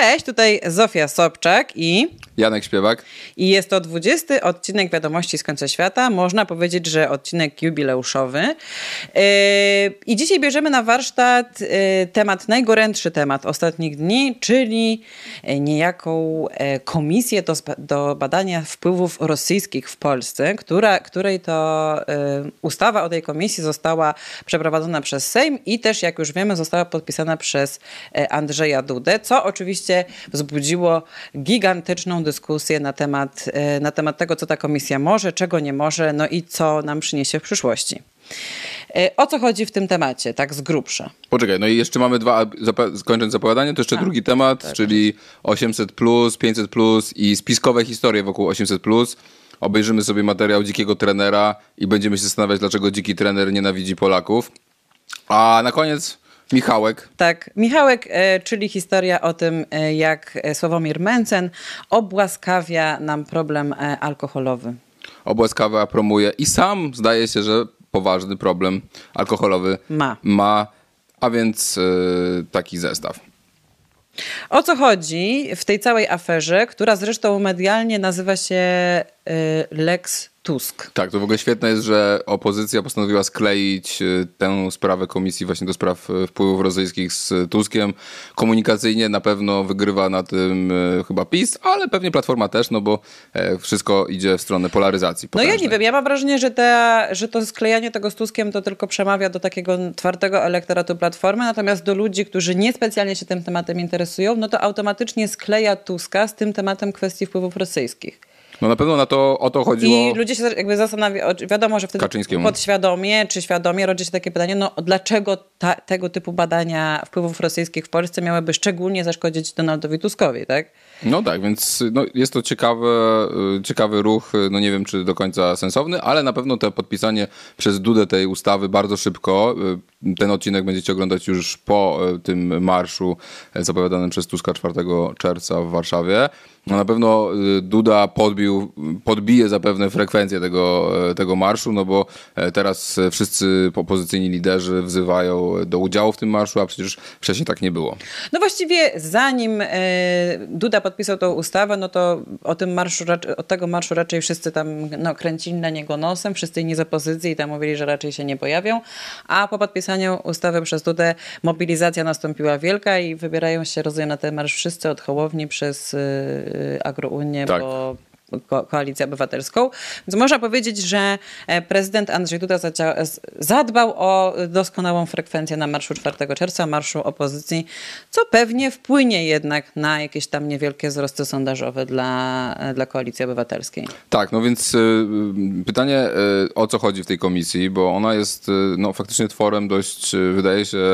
Cześć, tutaj Zofia Sobczak i Janek Śpiewak. I jest to 20. odcinek Wiadomości z końca świata. Można powiedzieć, że odcinek jubileuszowy. I dzisiaj bierzemy na warsztat najgorętszy temat ostatnich dni, czyli niejaką komisję do badania wpływów rosyjskich w Polsce, której to ustawa o tej komisji została przeprowadzona przez Sejm i też, jak już wiemy, została podpisana przez Andrzeja Dudę, co oczywiście wzbudziło gigantyczną dyskusję na temat tego, co ta komisja może, czego nie może, no i co nam przyniesie w przyszłości. O co chodzi w tym temacie, tak z grubsza? Poczekaj, no i jeszcze mamy kończąc zapowiadanie, to jeszcze drugi temat, tak, czyli 800+, 500+, i spiskowe historie wokół 800+. Obejrzymy sobie materiał Dzikiego Trenera i będziemy się zastanawiać, dlaczego Dziki Trener nienawidzi Polaków. A na koniec Michałek. Tak, Michałek, czyli historia o tym, jak Sławomir Mencen obłaskawia nam problem alkoholowy. Obłaskawia, promuje i sam zdaje się, że poważny problem alkoholowy ma, a więc taki zestaw. O co chodzi w tej całej aferze, która zresztą medialnie nazywa się Lex Tusk. Tak, to w ogóle świetne jest, że opozycja postanowiła skleić tę sprawę komisji właśnie do spraw wpływów rosyjskich z Tuskiem. Komunikacyjnie na pewno wygrywa na tym chyba PiS, ale pewnie Platforma też, no bo wszystko idzie w stronę polaryzacji potężnej. No ja nie wiem, ja mam wrażenie, że to sklejanie tego z Tuskiem to tylko przemawia do takiego twardego elektoratu Platformy, natomiast do ludzi, którzy niespecjalnie się tym tematem interesują, no to automatycznie skleja Tuska z tym tematem kwestii wpływów rosyjskich. No na pewno o to chodziło. I ludzie się jakby zastanawiają, wiadomo, że wtedy podświadomie czy świadomie rodzi się takie pytanie, no dlaczego tego typu badania wpływów rosyjskich w Polsce miałyby szczególnie zaszkodzić Donaldowi Tuskowi, tak? No tak, więc jest to ciekawy ruch, no nie wiem czy do końca sensowny, ale na pewno to podpisanie przez Dudę tej ustawy bardzo szybko. Ten odcinek będziecie oglądać już po tym marszu zapowiadanym przez Tuska 4 czerwca w Warszawie. No na pewno Duda podbije zapewne frekwencję tego marszu, no bo teraz wszyscy opozycyjni liderzy wzywają do udziału w tym marszu, a przecież wcześniej tak nie było. No właściwie zanim Duda podpisał tą ustawę, no to od tego marszu raczej wszyscy tam kręcili na niego nosem, wszyscy inni z opozycji i tam mówili, że raczej się nie pojawią, a po podpisaniu ustawy przez Dudę mobilizacja nastąpiła wielka i wybierają się, rozumiem, na ten marsz wszyscy od Hołowni przez Agrounię, tak, po Koalicję Obywatelską. Więc można powiedzieć, że prezydent Andrzej Duda zadbał o doskonałą frekwencję na marszu 4 czerwca, marszu opozycji, co pewnie wpłynie jednak na jakieś tam niewielkie wzrosty sondażowe dla Koalicji Obywatelskiej. Tak, no więc pytanie, o co chodzi w tej komisji, bo ona jest faktycznie tworem dość, wydaje się,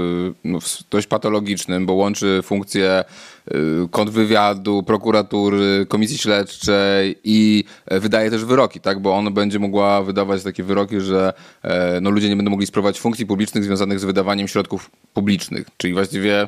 dość patologicznym, bo łączy funkcje kontrwywiadu, prokuratury, komisji śledczej i wydaje też wyroki, tak? Bo ona będzie mogła wydawać takie wyroki, że ludzie nie będą mogli sprawować funkcji publicznych związanych z wydawaniem środków publicznych, czyli właściwie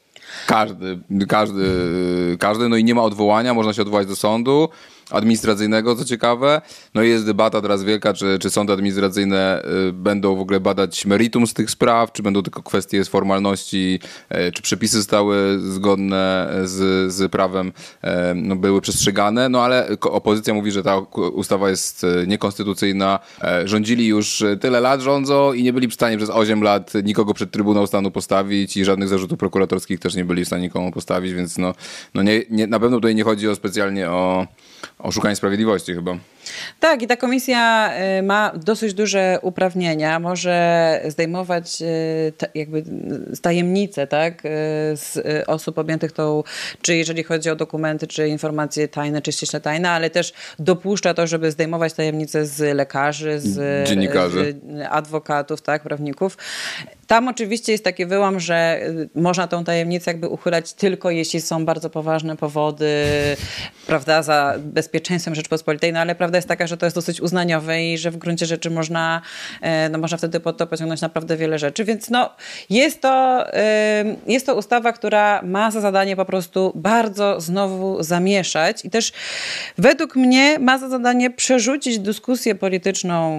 każdy, no i nie ma odwołania, można się odwołać do sądu administracyjnego, co ciekawe. No i jest debata teraz wielka, czy sądy administracyjne będą w ogóle badać meritum z tych spraw, czy będą tylko kwestie z formalności, czy przepisy zostały zgodne z prawem, były przestrzegane. No ale opozycja mówi, że ta ustawa jest niekonstytucyjna. Rządzili już tyle lat, rządzą i nie byli w stanie przez 8 lat nikogo przed Trybunał Stanu postawić i żadnych zarzutów prokuratorskich też nie byli w stanie nikomu postawić, więc na pewno tutaj nie chodzi specjalnie o szukanie sprawiedliwości chyba. Tak, i ta komisja ma dosyć duże uprawnienia, może zdejmować jakby tajemnice, tak, z osób objętych tą, czy jeżeli chodzi o dokumenty, czy informacje tajne, czy ściśle tajne, ale też dopuszcza to, żeby zdejmować tajemnice z lekarzy, z dziennikarzy, z adwokatów, tak, prawników. Tam oczywiście jest taki wyłam, że można tą tajemnicę jakby uchylać tylko jeśli są bardzo poważne powody, prawda, za bezpieczeństwem Rzeczpospolitej, no ale prawda jest taka, że to jest dosyć uznaniowe i że w gruncie rzeczy można wtedy pod to pociągnąć naprawdę wiele rzeczy, więc jest to ustawa, która ma za zadanie po prostu bardzo znowu zamieszać i też według mnie ma za zadanie przerzucić dyskusję polityczną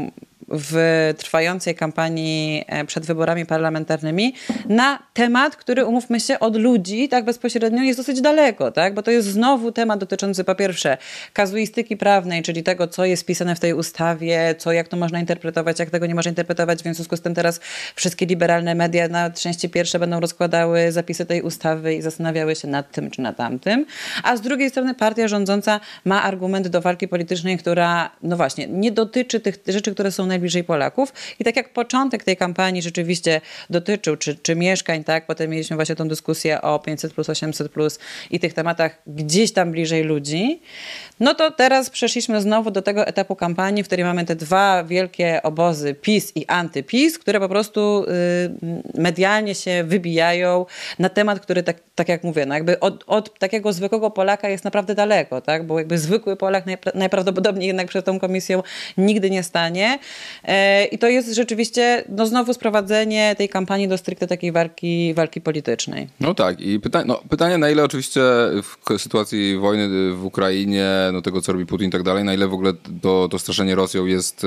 w trwającej kampanii przed wyborami parlamentarnymi na temat, który, umówmy się, od ludzi tak bezpośrednio jest dosyć daleko, tak? Bo to jest znowu temat dotyczący po pierwsze kazuistyki prawnej, czyli tego, co jest wpisane w tej ustawie, jak to można interpretować, jak tego nie można interpretować. W związku z tym teraz wszystkie liberalne media na części pierwsze będą rozkładały zapisy tej ustawy i zastanawiały się nad tym czy nad tamtym. A z drugiej strony partia rządząca ma argument do walki politycznej, która, no właśnie, nie dotyczy tych rzeczy, które są najbliżej Polaków. I tak jak początek tej kampanii rzeczywiście dotyczył, czy mieszkań, tak, potem mieliśmy właśnie tą dyskusję o 500+, 800+ i tych tematach gdzieś tam bliżej ludzi, no to teraz przeszliśmy znowu do tego etapu kampanii, w którym mamy te dwa wielkie obozy, PiS i anty-PiS, które po prostu medialnie się wybijają na temat, który tak jak mówię, no jakby od takiego zwykłego Polaka jest naprawdę daleko, tak? Bo jakby zwykły Polak najprawdopodobniej jednak przed tą komisją nigdy nie stanie. I to jest rzeczywiście no znowu sprowadzenie tej kampanii do stricte takiej walki politycznej. No tak i pytanie na ile oczywiście w sytuacji wojny w Ukrainie, no tego co robi Putin i tak dalej, na ile w ogóle to straszenie Rosją jest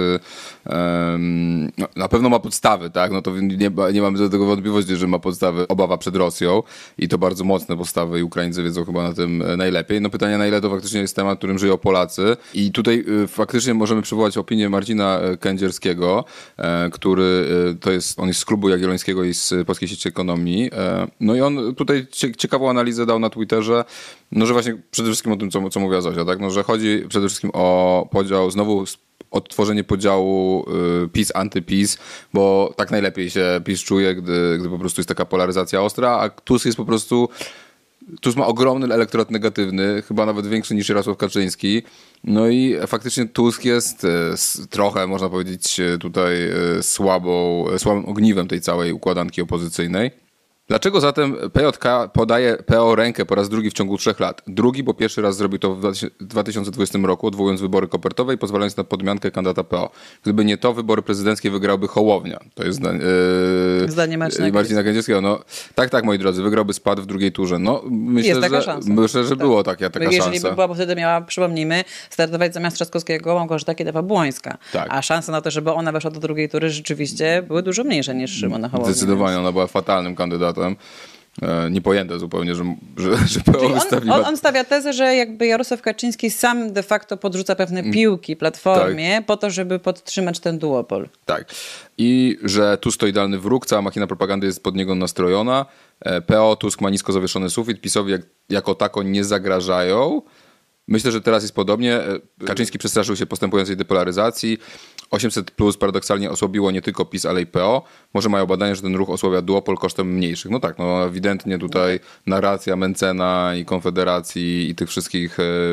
no, na pewno ma podstawy, tak? No to nie mamy do tego wątpliwości, że ma podstawy obawa przed Rosją i to bardzo mocne podstawy i Ukraińcy wiedzą chyba na tym najlepiej. No pytanie na ile to faktycznie jest temat, którym żyją Polacy i tutaj faktycznie możemy przywołać opinię Marcina Kędzierskiego, który on jest z Klubu Jagiellońskiego i z Polskiej Sieci Ekonomii. No i on tutaj ciekawą analizę dał na Twitterze, no że właśnie przede wszystkim o tym, co mówiła Zosia, tak? No, że chodzi przede wszystkim o podział, znowu odtworzenie podziału PiS, anty-PiS, bo tak najlepiej się PiS czuje, gdy po prostu jest taka polaryzacja ostra, a Tusk jest po prostu... Tusk ma ogromny elektorat negatywny, chyba nawet większy niż Jarosław Kaczyński. No i faktycznie Tusk jest trochę, można powiedzieć, tutaj słabym ogniwem tej całej układanki opozycyjnej. Dlaczego zatem PJK podaje PO rękę po raz drugi w ciągu 3 lat? Drugi, bo pierwszy raz zrobił to w 2020 roku, odwołując wybory kopertowe i pozwalając na podmiankę kandydata PO. Gdyby nie to, wybory prezydenckie wygrałby Hołownia. To jest zdanie Marcina Kędzierskiego. No, tak, moi drodzy, wygrałby SPAD w drugiej turze. No, myślę, że była taka szansa. Jeżeli by była, bo wtedy miała, przypomnijmy, startować zamiast Trzaskowskiego Małgorzata Kidawa-Błońska. Tak. A szanse na to, żeby ona weszła do drugiej tury rzeczywiście były dużo mniejsze niż Szymona Hołownia. Zdecydowanie, ona była fatalnym kandydatem. Niepojęte zupełnie, że PO wystawiła... On stawia tezę, że jakby Jarosław Kaczyński sam de facto podrzuca pewne piłki Platformie po to, żeby podtrzymać ten duopol. Tak. I że Tusk to idealny wróg, cała machina propagandy jest pod niego nastrojona. PO, Tusk ma nisko zawieszony sufit, PiS-owi jako tako nie zagrażają. Myślę, że teraz jest podobnie. Kaczyński przestraszył się postępującej depolaryzacji. 800+ paradoksalnie osłabiło nie tylko PiS, ale i PO. Może mają badania, że ten ruch osłabia duopol kosztem mniejszych. No tak, no ewidentnie tutaj narracja Mencena i Konfederacji i tych wszystkich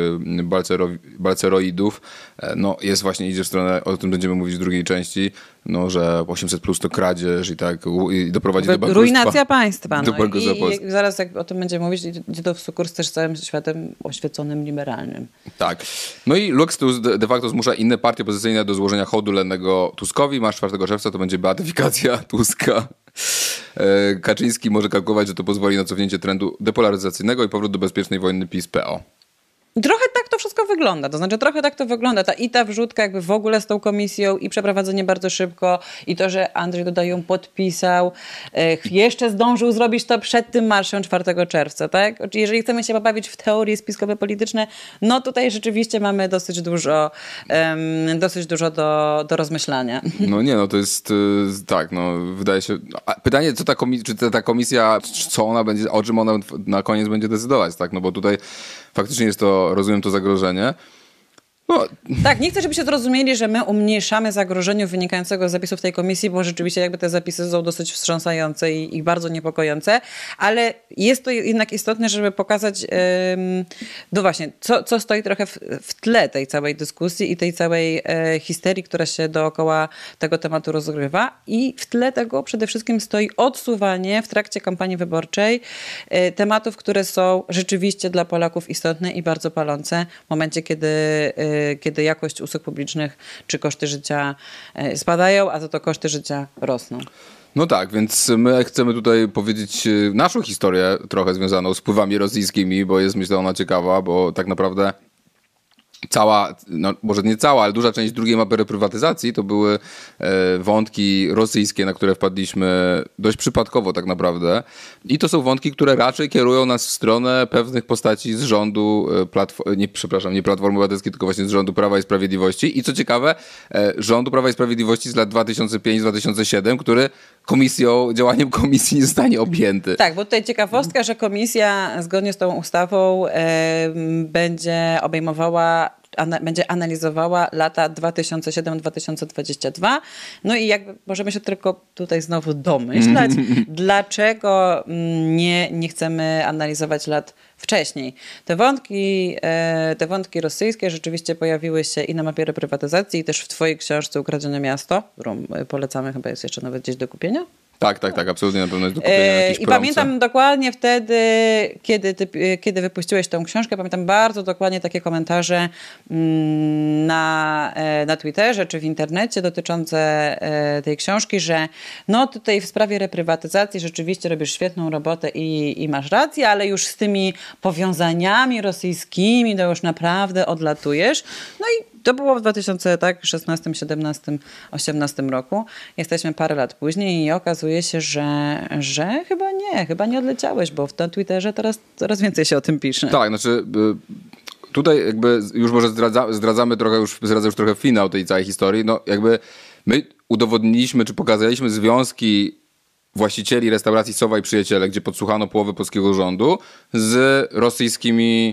balceroidów no jest właśnie, idzie w stronę, o tym będziemy mówić w drugiej części, no, że 800+ to kradzież i doprowadzi do bankructwa. Ruinacja państwa. No. I zaraz jak o tym będziemy mówić, idzie to w sukurs też z całym światem oświeconym, liberalnym. Tak. No i Lux de facto zmusza inne partie opozycyjne do złożenia hołdu lennego Tuskowi. Masz 4 czerwca, to będzie beatyfikacja Tuska. Kaczyński może kalkulować, że to pozwoli na cofnięcie trendu depolaryzacyjnego i powrót do bezpiecznej wojny PiS-PO. Trochę tak to wszystko wygląda, to znaczy trochę tak to wygląda, ta wrzutka jakby w ogóle z tą komisją i przeprowadzenie bardzo szybko i to, że Andrzej Duda ją podpisał, jeszcze zdążył zrobić to przed tym marszem 4 czerwca, tak? Jeżeli chcemy się pobawić w teorie spiskowe polityczne, no tutaj rzeczywiście mamy dosyć dużo do rozmyślania. No nie, no to jest tak, no wydaje się, pytanie czy ta komisja, co ona będzie, o czym ona na koniec będzie decydować, tak? No bo tutaj faktycznie jest to, rozumiem to zagrożenie. No. Tak, nie chcę, żebyście zrozumieli, że my umniejszamy zagrożenie wynikającego z zapisów tej komisji, bo rzeczywiście jakby te zapisy są dosyć wstrząsające i bardzo niepokojące, ale jest to jednak istotne, żeby pokazać no właśnie, co stoi trochę w tle tej całej dyskusji i tej całej histerii, która się dookoła tego tematu rozgrywa i w tle tego przede wszystkim stoi odsuwanie w trakcie kampanii wyborczej tematów, które są rzeczywiście dla Polaków istotne i bardzo palące w momencie, kiedy jakość usług publicznych czy koszty życia spadają, a za to koszty życia rosną. No tak, więc my chcemy tutaj powiedzieć naszą historię trochę związaną z wpływami rosyjskimi, bo jest myślę ona ciekawa, bo tak naprawdę cała, no może nie cała, ale duża część drugiej mapy reprywatyzacji to były wątki rosyjskie, na które wpadliśmy dość przypadkowo tak naprawdę. I to są wątki, które raczej kierują nas w stronę pewnych postaci z rządu, nie Platformy Obywatelskiej, tylko właśnie z rządu Prawa i Sprawiedliwości. I co ciekawe, rządu Prawa i Sprawiedliwości z lat 2005-2007, który działaniem komisji nie zostanie objęty. Tak, bo tutaj ciekawostka, że komisja zgodnie z tą ustawą będzie analizowała lata 2007-2022. No i jakby możemy się tylko tutaj znowu domyślać, dlaczego nie chcemy analizować lat wcześniej. Te wątki rosyjskie rzeczywiście pojawiły się i na mapie reprywatyzacji, i też w twojej książce Ukradzione miasto, którą polecamy, chyba jest jeszcze nawet gdzieś do kupienia. Tak, absolutnie na pewno jest do kupienia. I pamiętam dokładnie wtedy, kiedy wypuściłeś tą książkę, pamiętam bardzo dokładnie takie komentarze na Twitterze czy w internecie dotyczące tej książki, że no tutaj w sprawie reprywatyzacji rzeczywiście robisz świetną robotę i masz rację, ale już z tymi powiązaniami rosyjskimi to już naprawdę odlatujesz. No i to było w 2016, 17, 18 roku. Jesteśmy parę lat później i okazuje się, że chyba nie odleciałeś, bo na Twitterze coraz więcej się o tym pisze. Tak, znaczy tutaj jakby już może zdradzamy trochę, zdradza już trochę finał tej całej historii. No jakby my udowodniliśmy, czy pokazaliśmy związki właścicieli restauracji Sowa i Przyjaciele, gdzie podsłuchano połowę polskiego rządu z rosyjskimi,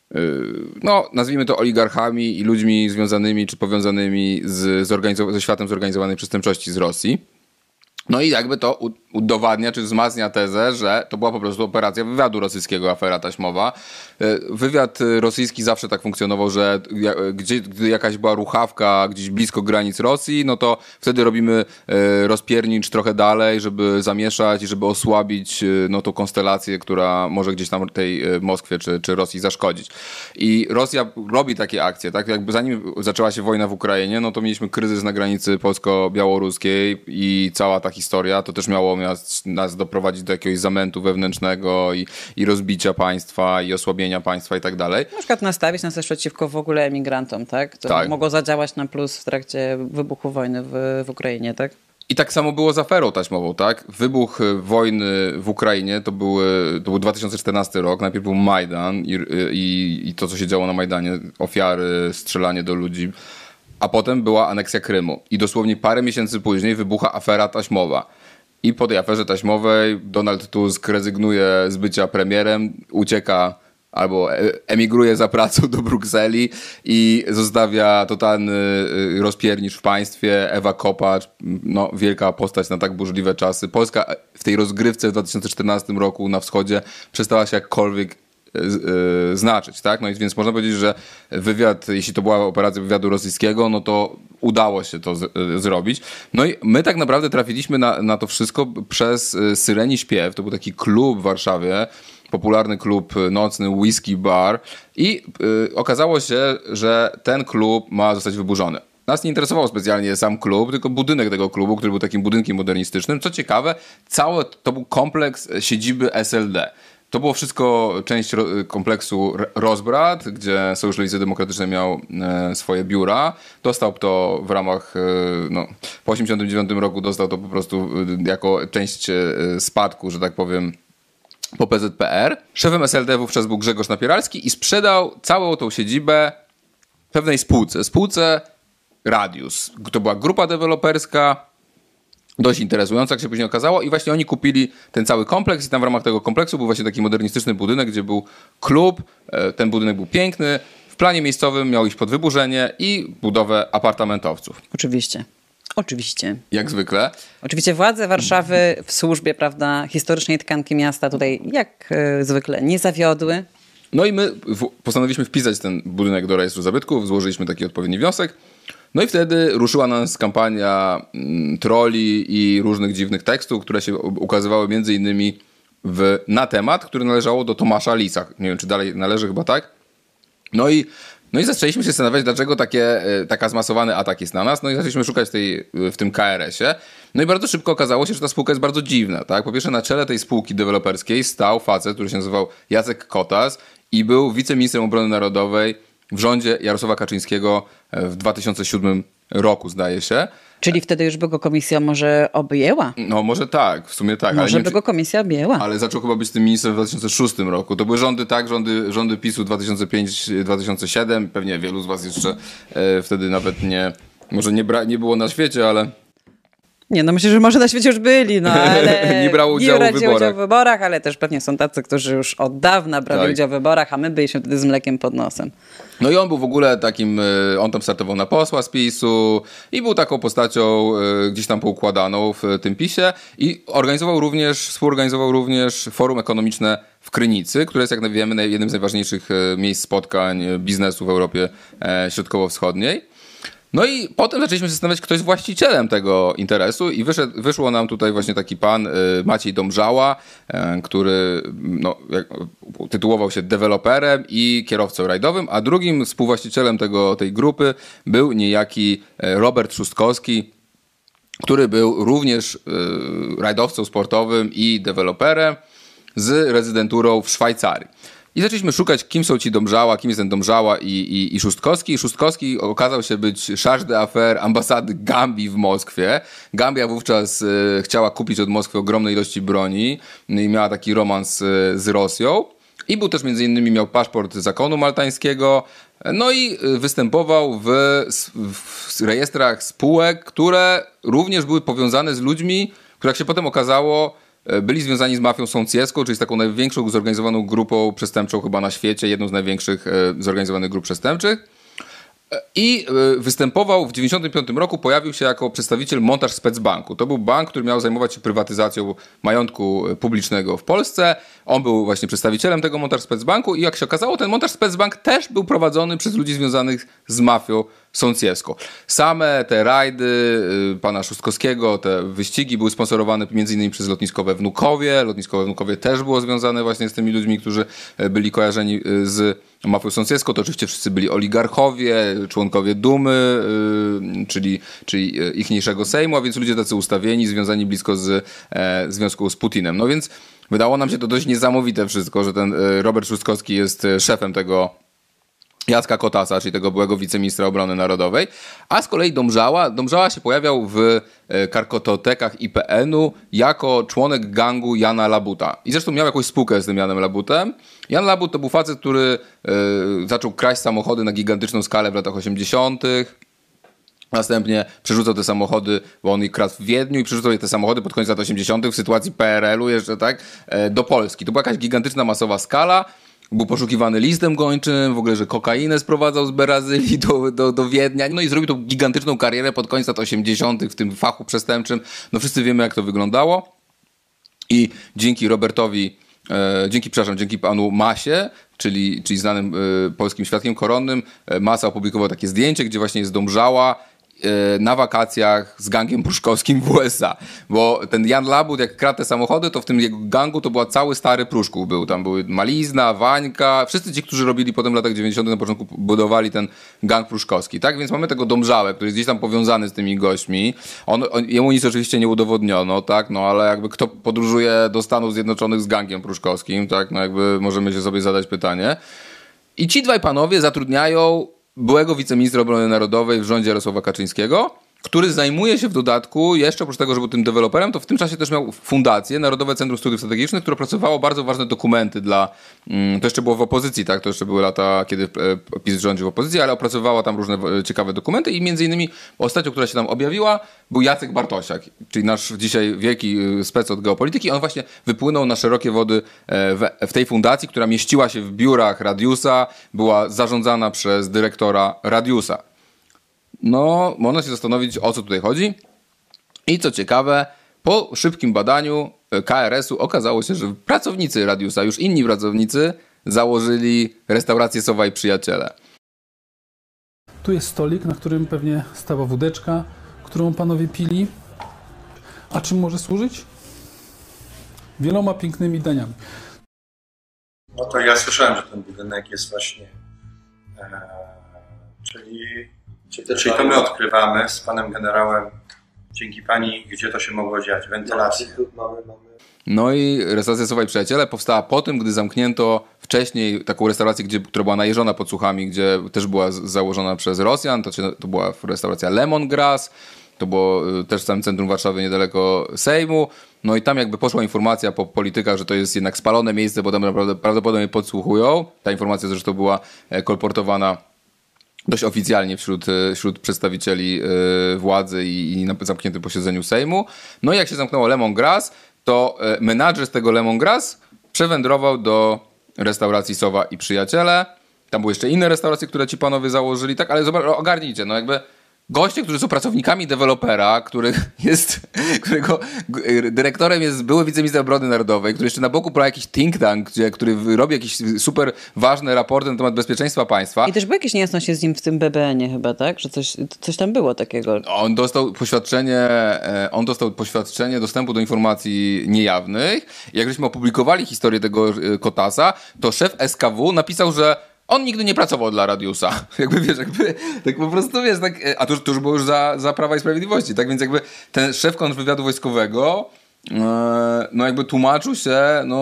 no nazwijmy to oligarchami i ludźmi związanymi czy powiązanymi ze światem zorganizowanej przestępczości z Rosji. No i jakby to udowadnia, czy wzmacnia tezę, że to była po prostu operacja wywiadu rosyjskiego, afera taśmowa. Wywiad rosyjski zawsze tak funkcjonował, że gdy jakaś była ruchawka gdzieś blisko granic Rosji, no to wtedy robimy rozpiernicz trochę dalej, żeby zamieszać i żeby osłabić no, tą konstelację, która może gdzieś tam tej Moskwie czy Rosji zaszkodzić. I Rosja robi takie akcje, tak? Jakby zanim zaczęła się wojna w Ukrainie, no to mieliśmy kryzys na granicy polsko-białoruskiej i cała ta historia, to też miało nas doprowadzić do jakiegoś zamętu wewnętrznego i rozbicia państwa i osłabienia państwa i tak dalej. Na przykład nastawić nas też przeciwko w ogóle emigrantom, tak? To tak. Mogło zadziałać na plus w trakcie wybuchu wojny w Ukrainie, tak? I tak samo było z aferą taśmową, tak? Wybuch wojny w Ukrainie to był 2014 rok. Najpierw był Majdan i to, co się działo na Majdanie, ofiary, strzelanie do ludzi. A potem była aneksja Krymu. I dosłownie parę miesięcy później wybucha afera taśmowa. I po tej aferze taśmowej Donald Tusk rezygnuje z bycia premierem, ucieka albo emigruje za pracą do Brukseli i zostawia totalny rozpiernicz w państwie. Ewa Kopacz, no, wielka postać na tak burzliwe czasy. Polska w tej rozgrywce w 2014 roku na wschodzie przestała się jakkolwiek znaczyć, tak? No i więc można powiedzieć, że wywiad, jeśli to była operacja wywiadu rosyjskiego, no to udało się to zrobić. No i my tak naprawdę trafiliśmy na to wszystko przez Syreni Śpiew. To był taki klub w Warszawie, popularny klub nocny, whisky bar i okazało się, że ten klub ma zostać wyburzony. Nas nie interesował specjalnie sam klub, tylko budynek tego klubu, który był takim budynkiem modernistycznym. Co ciekawe, cały to był kompleks siedziby SLD. To było wszystko część kompleksu Rozbrat, gdzie Sojusz Lewicy Demokratycznej miał swoje biura. Dostał to w ramach, no, po 1989 roku dostał to po prostu jako część spadku, że tak powiem, po PZPR. Szefem SLD wówczas był Grzegorz Napieralski i sprzedał całą tą siedzibę pewnej spółce Radius. To była grupa deweloperska, dość interesująca, jak się później okazało, i właśnie oni kupili ten cały kompleks i tam w ramach tego kompleksu był właśnie taki modernistyczny budynek, gdzie był klub, ten budynek był piękny, w planie miejscowym miał iść pod wyburzenie i budowę apartamentowców. Oczywiście. Jak zwykle. Oczywiście władze Warszawy w służbie, prawda, historycznej tkanki miasta tutaj jak zwykle nie zawiodły. No i my postanowiliśmy wpisać ten budynek do rejestru zabytków, złożyliśmy taki odpowiedni wniosek. No i wtedy ruszyła nas kampania trolli i różnych dziwnych tekstów, które się ukazywały między innymi na temat, który należało do Tomasza Lisa. Nie wiem, czy dalej należy, chyba tak. No i zaczęliśmy się zastanawiać, dlaczego taka zmasowany atak jest na nas. No i zaczęliśmy szukać w tym KRS-ie. No i bardzo szybko okazało się, że ta spółka jest bardzo dziwna. Tak? Po pierwsze, na czele tej spółki deweloperskiej stał facet, który się nazywał Jacek Kotas i był wiceministrem obrony narodowej w rządzie Jarosława Kaczyńskiego w 2007 roku, zdaje się. Czyli wtedy już by go komisja może objęła? No może tak, w sumie tak. Może by go komisja objęła. Ale zaczął chyba być tym ministrem w 2006 roku. To były rządy, tak, rządy PiS-u 2005-2007. Pewnie wielu z was jeszcze wtedy nawet może nie było na świecie, ale... Nie, no myślę, że może na świecie już byli, no ale nie brało udziału w wyborach, ale też pewnie są tacy, którzy już od dawna brali udział w wyborach, a my byliśmy wtedy z mlekiem pod nosem. No i on był w ogóle takim, on tam startował na posła z PiS-u i był taką postacią gdzieś tam poukładaną w tym PiS-ie i współorganizował również forum ekonomiczne w Krynicy, które jest, jak wiemy, jednym z najważniejszych miejsc spotkań biznesu w Europie Środkowo-Wschodniej. No i potem zaczęliśmy się zastanawiać, kto jest właścicielem tego interesu i wyszło nam tutaj właśnie taki pan Maciej Domżała, który tytułował się deweloperem i kierowcą rajdowym, a drugim współwłaścicielem tej grupy był niejaki Robert Szóstkowski, który był również rajdowcą sportowym i deweloperem z rezydenturą w Szwajcarii. I zaczęliśmy szukać, kim są ci Domżała, kim jest ten Domżała i Szóstkowski. I Szóstkowski okazał się być charge d'affaires ambasady Gambii w Moskwie. Gambia wówczas chciała kupić od Moskwy ogromne ilości broni i miała taki romans z Rosją. I był też miał paszport zakonu maltańskiego. No i występował w rejestrach spółek, które również były powiązane z ludźmi, które jak się potem okazało, byli związani z mafią sącjeską, czyli z taką największą zorganizowaną grupą przestępczą chyba na świecie, jedną z największych zorganizowanych grup przestępczych. I występował w 1995 roku, pojawił się jako przedstawiciel Montaż Specbanku. To był bank, który miał zajmować się prywatyzacją majątku publicznego w Polsce. On był właśnie przedstawicielem tego Montaż Specbanku i jak się okazało, ten Montaż Specbank też był prowadzony przez ludzi związanych z mafią sącjeską. Same te rajdy pana Szóstkowskiego, te wyścigi były sponsorowane m.in. przez lotniskowe Wnukowie. Lotniskowe Wnukowie też było związane właśnie z tymi ludźmi, którzy byli kojarzeni z mafią sącjeską. To oczywiście wszyscy byli oligarchowie, członkowie Dumy, czyli ichniejszego Sejmu, a więc ludzie tacy ustawieni, związani blisko z związku z Putinem. No więc wydało nam się to dość niesamowite wszystko, że ten Robert Szóstkowski jest szefem tego Jacka Kotasa, czyli tego byłego wiceministra obrony narodowej, a z kolei Domżała się pojawiał w karkototekach IPN-u jako członek gangu Jana Labuta. I zresztą miał jakąś spółkę z tym Janem Labutem. Jan Labut to był facet, który zaczął kraść samochody na gigantyczną skalę w latach 80. Następnie przerzucał te samochody, bo on ich kradł w Wiedniu i przerzucał te samochody pod koniec lat 80. w sytuacji PRL-u jeszcze, tak, do Polski. To była jakaś gigantyczna, masowa skala. Był poszukiwany listem gończym, w ogóle, że kokainę sprowadzał z Brazylii do Wiednia. No i zrobił tą gigantyczną karierę pod koniec lat 80. w tym fachu przestępczym. No wszyscy wiemy, jak to wyglądało. I dzięki dzięki panu Masie, czyli znanym polskim świadkiem koronnym, Masa opublikował takie zdjęcie, gdzie właśnie jest Domżała na wakacjach z gangiem pruszkowskim w USA. Bo ten Jan Labut, jak kradł te samochody, to w tym jego gangu to była cały stary Pruszków był. Tam były Malizna, Wańka, wszyscy ci, którzy robili potem w latach 90. na początku budowali ten gang pruszkowski. Tak więc mamy tego Domżałę, który jest gdzieś tam powiązany z tymi gośćmi. Jemu nic oczywiście nie udowodniono, tak, no ale jakby kto podróżuje do Stanów Zjednoczonych z gangiem pruszkowskim, tak, no jakby możemy się sobie zadać pytanie. I ci dwaj panowie zatrudniają byłego wiceministra obrony narodowej w rządzie Jarosława Kaczyńskiego, który zajmuje się w dodatku, jeszcze oprócz tego, że był tym deweloperem, to w tym czasie też miał fundację, Narodowe Centrum Studiów Strategicznych, które opracowało bardzo ważne dokumenty to jeszcze było w opozycji, tak, to jeszcze były lata, kiedy PiS rządził w opozycji, ale opracowała tam różne ciekawe dokumenty i między innymi ostatnią, która się tam objawiła, był Jacek Bartosiak, czyli nasz dzisiaj wielki spec od geopolityki. On właśnie wypłynął na szerokie wody w tej fundacji, która mieściła się w biurach Radiusa, była zarządzana przez dyrektora Radiusa. No, można się zastanowić, o co tutaj chodzi. I co ciekawe, po szybkim badaniu KRS-u okazało się, że pracownicy Radiusa, już inni pracownicy, założyli restaurację Sowa i Przyjaciele. Tu jest stolik, na którym pewnie stała wódeczka, którą panowie pili. A czym może służyć? Wieloma pięknymi daniami. No to ja słyszałem, że ten budynek jest właśnie... Czyli to my odkrywamy z panem generałem dzięki pani, gdzie to się mogło dziać? Wentylacja. No i restauracja Sowa i Przyjaciele powstała po tym, gdy zamknięto wcześniej taką restaurację, która była najeżona podsłuchami, gdzie też była założona przez Rosjan. To była restauracja Lemongrass. To było też w samym centrum Warszawy, niedaleko Sejmu. No i tam jakby poszła informacja po politykach, że to jest jednak spalone miejsce, bo tam naprawdę prawdopodobnie podsłuchują. Ta informacja zresztą była kolportowana dość oficjalnie wśród przedstawicieli władzy i na zamkniętym posiedzeniu Sejmu. No i jak się zamknęło Lemongrass, to menadżer z tego Lemongrass przewędrował do restauracji Sowa i Przyjaciele. Tam były jeszcze inne restauracje, które ci panowie założyli, tak? Ale ogarnijcie, no jakby goście, którzy są pracownikami dewelopera, którego dyrektorem jest były wiceminister obrony narodowej, który jeszcze na boku prowadzi jakiś think tank, który robi jakieś super ważne raporty na temat bezpieczeństwa państwa. I też były jakieś niejasności z nim w tym BBN-ie chyba, tak? Że coś tam było takiego. On dostał poświadczenie dostępu do informacji niejawnych. Jak żeśmy opublikowali historię tego Kotasa, to szef SKW napisał, że on nigdy nie pracował dla Radiusa. Tak po prostu, wiesz, tak, a to już było już za Prawa i Sprawiedliwości, tak? Więc jakby ten szef kontrwywiadu wojskowego no jakby tłumaczył się,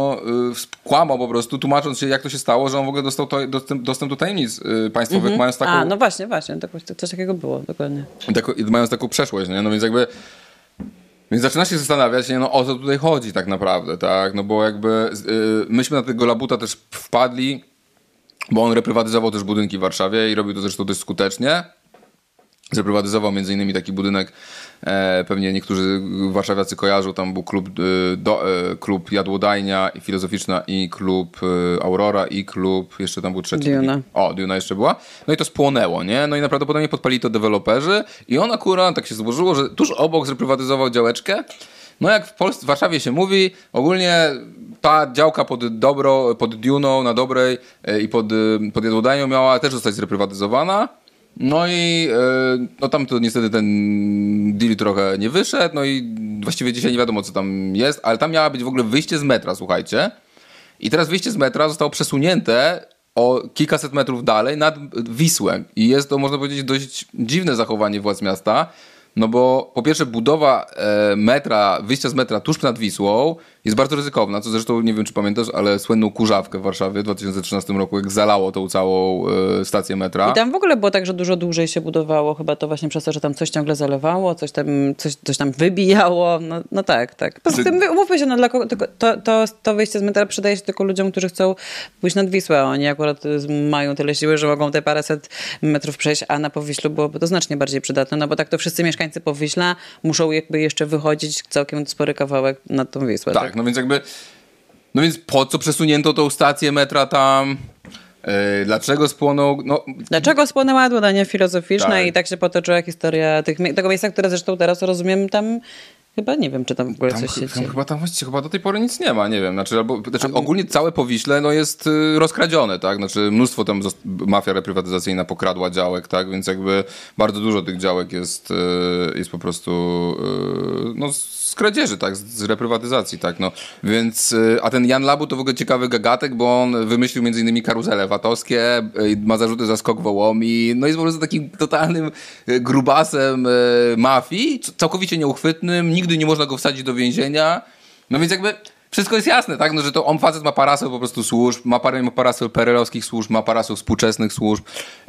kłamał po prostu, tłumacząc się, jak to się stało, że on w ogóle dostał dostęp do tajemnic państwowych, mając taką... No właśnie, coś takiego było, dokładnie. Mając taką przeszłość, nie? No więc jakby... Więc zaczyna się zastanawiać, nie? No o co tutaj chodzi tak naprawdę, tak? No bo jakby myśmy na tego Labuta też wpadli, bo on reprywatyzował też budynki w Warszawie i robił to zresztą dość skutecznie. Zreprywatyzował m.in. taki budynek, pewnie niektórzy warszawiacy kojarzą, tam był klub Jadłodajnia i Filozoficzna i klub Aurora i klub, jeszcze tam był trzeci. Duna. Duna jeszcze była. No i to spłonęło, nie? No i prawdopodobnie podpalili to deweloperzy i on akurat tak się złożyło, że tuż obok zreprywatyzował działeczkę. No jak w Warszawie się mówi, ogólnie ta działka pod Duną na Dobrej i pod Jadłodajnią miała też zostać zreprywatyzowana. No i tam to niestety ten deal trochę nie wyszedł, no i właściwie dzisiaj nie wiadomo co tam jest, ale tam miała być w ogóle wyjście z metra, słuchajcie. I teraz wyjście z metra zostało przesunięte o kilkaset metrów dalej nad Wisłę. I jest to, można powiedzieć, dość dziwne zachowanie władz miasta. No bo po pierwsze budowa wyjścia z metra tuż nad Wisłą jest bardzo ryzykowna, co zresztą nie wiem czy pamiętasz, ale słynną Kurzawkę w Warszawie w 2013 roku, jak zalało tą całą stację metra. I tam w ogóle było tak, że dużo dłużej się budowało, chyba to właśnie przez to, że tam coś ciągle zalewało, coś tam wybijało, no tak. Poza tym umówmy się, dla kogo to wyjście z metra przydaje się tylko ludziom, którzy chcą pójść nad Wisłę, a oni akurat mają tyle siły, że mogą te paręset metrów przejść, a na Powiślu byłoby to znacznie bardziej przydatne, no bo tak to wszyscy mieszkańcy Powiśla muszą jakby jeszcze wychodzić całkiem spory kawałek nad tą Wisłę. Tak, no więc po co przesunięto tą stację metra tam? Dlaczego spłonął? Dlaczego spłonęła Jadłodajnia Filozoficzna i tak się potoczyła historia tego miejsca, które zresztą teraz rozumiem tam. Chyba nie wiem, czy tam w ogóle coś się dzieje. Chyba do tej pory nic nie ma, nie wiem. Ogólnie całe Powiśle jest rozkradzione, tak? Mnóstwo tam mafia reprywatyzacyjna pokradła działek, tak? Więc jakby bardzo dużo tych działek jest po prostu z kradzieży, tak? Z reprywatyzacji, tak? No. Więc, a ten Jan Labut to w ogóle ciekawy gagatek, bo on wymyślił między innymi karuzele VAT-owskie, ma zarzuty za skok wołomi, no jest po prostu takim totalnym grubasem mafii, całkowicie nieuchwytnym, nigdy nie można go wsadzić do więzienia. No więc jakby wszystko jest jasne, tak? No, że to on facet ma parasol po prostu służb, ma parasol perelowskich służb, ma parasol współczesnych służb.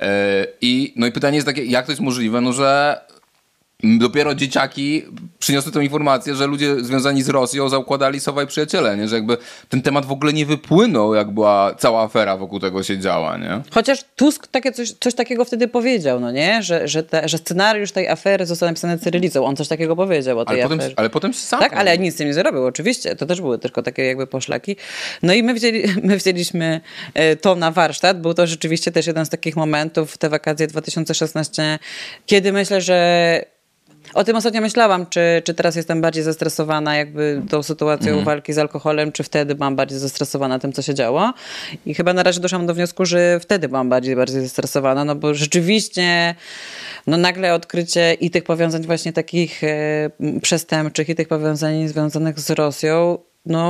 I pytanie jest takie, jak to jest możliwe? No, że dopiero dzieciaki przyniosły tę informację, że ludzie związani z Rosją zaukładali Sowa i Przyjaciele, nie? Że jakby ten temat w ogóle nie wypłynął, jak była cała afera wokół tego się działa, nie? Chociaż Tusk coś takiego wtedy powiedział, no nie? Że scenariusz tej afery został napisany cyrylicą. On coś takiego powiedział o tej aferze. Ale potem się sam... Tak, ale nic z tym nie zrobił, oczywiście. To też były tylko takie jakby poszlaki. No i my wzięliśmy to na warsztat. Był to rzeczywiście też jeden z takich momentów w te wakacje 2016, kiedy myślę, że o tym ostatnio myślałam, czy teraz jestem bardziej zestresowana jakby tą sytuacją walki z alkoholem, czy wtedy byłam bardziej zestresowana tym, co się działo. I chyba na razie doszłam do wniosku, że wtedy byłam bardziej zestresowana, no bo rzeczywiście nagle odkrycie i tych powiązań właśnie takich przestępczych i tych powiązań związanych z Rosją,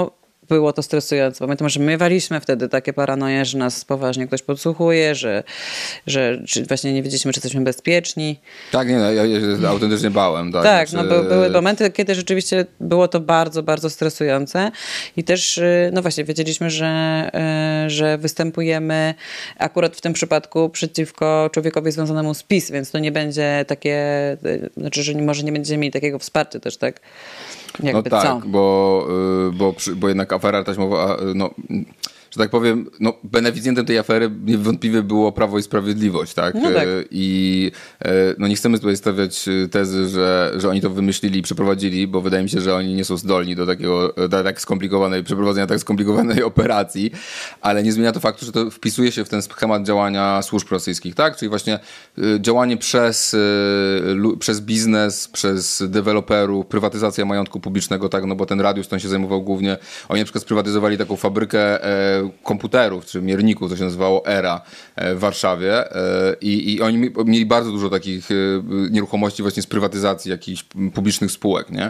było to stresujące. Pamiętam, że my waliśmy wtedy takie paranoje, że nas poważnie ktoś podsłuchuje, że właśnie nie wiedzieliśmy, czy jesteśmy bezpieczni. Tak, nie, ja się autentycznie bałem. Tak, tak, znaczy... były momenty, kiedy rzeczywiście było to bardzo, bardzo stresujące i też, no właśnie, wiedzieliśmy, że występujemy akurat w tym przypadku przeciwko człowiekowi związanemu z PiS, więc to nie będzie takie, znaczy, że może nie będziemy mieli takiego wsparcia też, tak? Jakby no tak, co? bo jednak afera taśmowa, no, że tak powiem, no, beneficjentem tej afery niewątpliwie było Prawo i Sprawiedliwość, tak? No tak. I no nie chcemy tutaj stawiać tezy, że oni to wymyślili i przeprowadzili, bo wydaje mi się, że oni nie są zdolni do przeprowadzenia tak skomplikowanej operacji, ale nie zmienia to faktu, że to wpisuje się w ten schemat działania służb rosyjskich, tak? Czyli właśnie działanie przez biznes, przez deweloperów, prywatyzacja majątku publicznego, tak? No bo ten Radius tam się zajmował głównie, oni na przykład sprywatyzowali taką fabrykę komputerów, czy mierników, to się nazywało ERA w Warszawie i oni mieli bardzo dużo takich nieruchomości właśnie z prywatyzacji jakichś publicznych spółek, nie?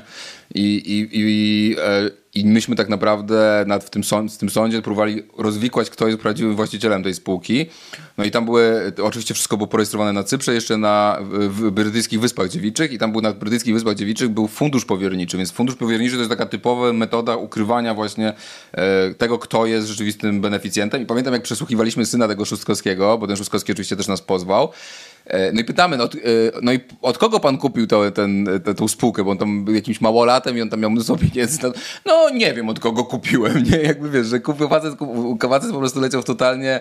I myśmy tak naprawdę w tym sądzie próbowali rozwikłać, kto jest prawdziwym właścicielem tej spółki. No i tam oczywiście wszystko było porejestrowane na Cyprze, jeszcze w Brytyjskich Wyspach Dziewiczych i tam na Brytyjskich Wyspach Dziewiczych był fundusz powierniczy, więc fundusz powierniczy to jest taka typowa metoda ukrywania właśnie tego, kto jest rzeczywistym beneficjentem. I pamiętam, jak przesłuchiwaliśmy syna tego Szóstkowskiego, bo ten Szóstkowski oczywiście też nas pozwał. No i pytamy, no i od kogo pan kupił tą spółkę, bo on tam był jakimś małolatem i on tam miał mnóstwo pieniędzy. No nie wiem, od kogo kupiłem, nie? Jakby wiesz, że facet po prostu leciał w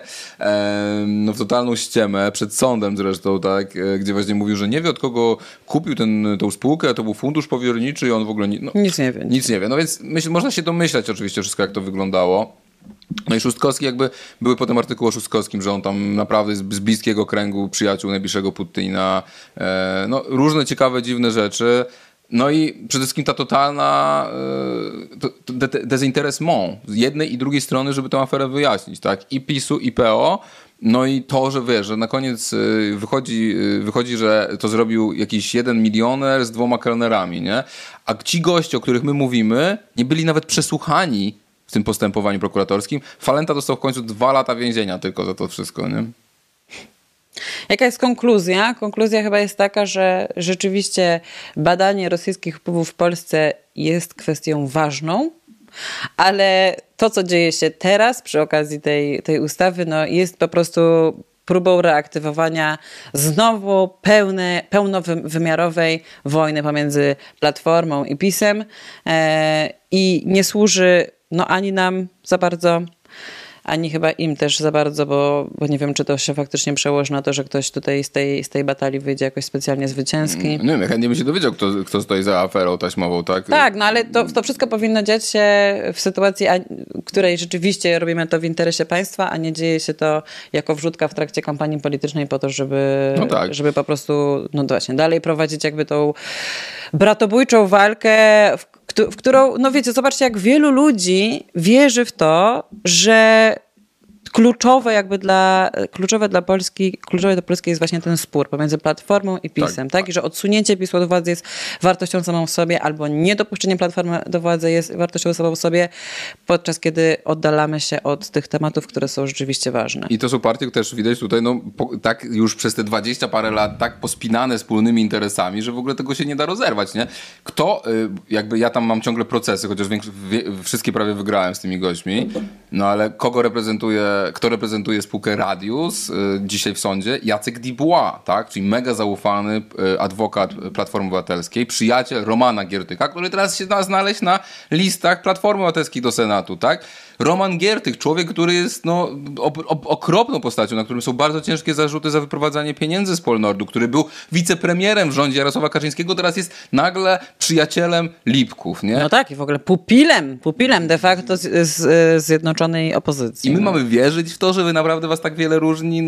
totalną ściemę, przed sądem zresztą, tak? Gdzie właśnie mówił, że nie wie, od kogo kupił tą spółkę, to był fundusz powierniczy i on w ogóle nic nie wie. Nic nie wie. No więc można się domyślać oczywiście wszystko, jak to wyglądało. No i Szóstkowski były potem artykuły o Szóstkowskim, że on tam naprawdę jest z bliskiego kręgu przyjaciół najbliższego Putina. No różne ciekawe, dziwne rzeczy. No i przede wszystkim ta totalna dezinteresment z jednej i drugiej strony, żeby tę aferę wyjaśnić, tak? I PiS-u, i PO. No i to, że wiesz, że na koniec wychodzi, że to zrobił jakiś jeden milioner z 2 kelnerami, nie? A ci goście, o których my mówimy, nie byli nawet przesłuchani w tym postępowaniu prokuratorskim. Falenta dostał w końcu 2 lata więzienia tylko za to wszystko, nie? Jaka jest konkluzja? Konkluzja chyba jest taka, że rzeczywiście badanie rosyjskich wpływów w Polsce jest kwestią ważną, ale to, co dzieje się teraz przy okazji tej ustawy, no jest po prostu próbą reaktywowania znowu pełnowymiarowej wojny pomiędzy Platformą i PiS-em i nie służy ani nam za bardzo, ani chyba im też za bardzo, bo nie wiem, czy to się faktycznie przełoży na to, że ktoś tutaj z tej batalii wyjdzie jakoś specjalnie zwycięski. Nie wiem, ja chętnie bym się dowiedział, kto stoi za aferą taśmową, tak? Tak, no ale to wszystko powinno dziać się w sytuacji, w której rzeczywiście robimy to w interesie państwa, a nie dzieje się to jako wrzutka w trakcie kampanii politycznej po to, żeby po prostu, no właśnie, dalej prowadzić jakby tą bratobójczą walkę, w którą, no wiecie, zobaczcie, jak wielu ludzi wierzy w to, że kluczowe dla Polski jest właśnie ten spór pomiędzy Platformą i PiS-em, tak? I że odsunięcie PiS-u od władzy jest wartością samą w sobie, albo niedopuszczenie Platformy do władzy jest wartością samą w sobie, podczas kiedy oddalamy się od tych tematów, które są rzeczywiście ważne. I to są partie, które też widać tutaj, tak już przez te 20 parę lat tak pospinane wspólnymi interesami, że w ogóle tego się nie da rozerwać, nie? Ja tam mam ciągle procesy, chociaż wszystkie prawie wygrałem z tymi gośćmi, no ale kto reprezentuje spółkę Radius dzisiaj w sądzie? Jacek Dubois, tak? Czyli mega zaufany adwokat Platformy Obywatelskiej, przyjaciel Romana Giertycha, który teraz się da znaleźć na listach Platformy Obywatelskiej do Senatu, tak? Roman Giertych, człowiek, który jest okropną postacią, na którym są bardzo ciężkie zarzuty za wyprowadzanie pieniędzy z Polnordu, który był wicepremierem w rządzie Jarosława Kaczyńskiego, teraz jest nagle przyjacielem Lipków, nie? No tak, i w ogóle pupilem de facto z Zjednoczonej Opozycji. I my mamy wierzyć w to, że naprawdę was tak wiele różni,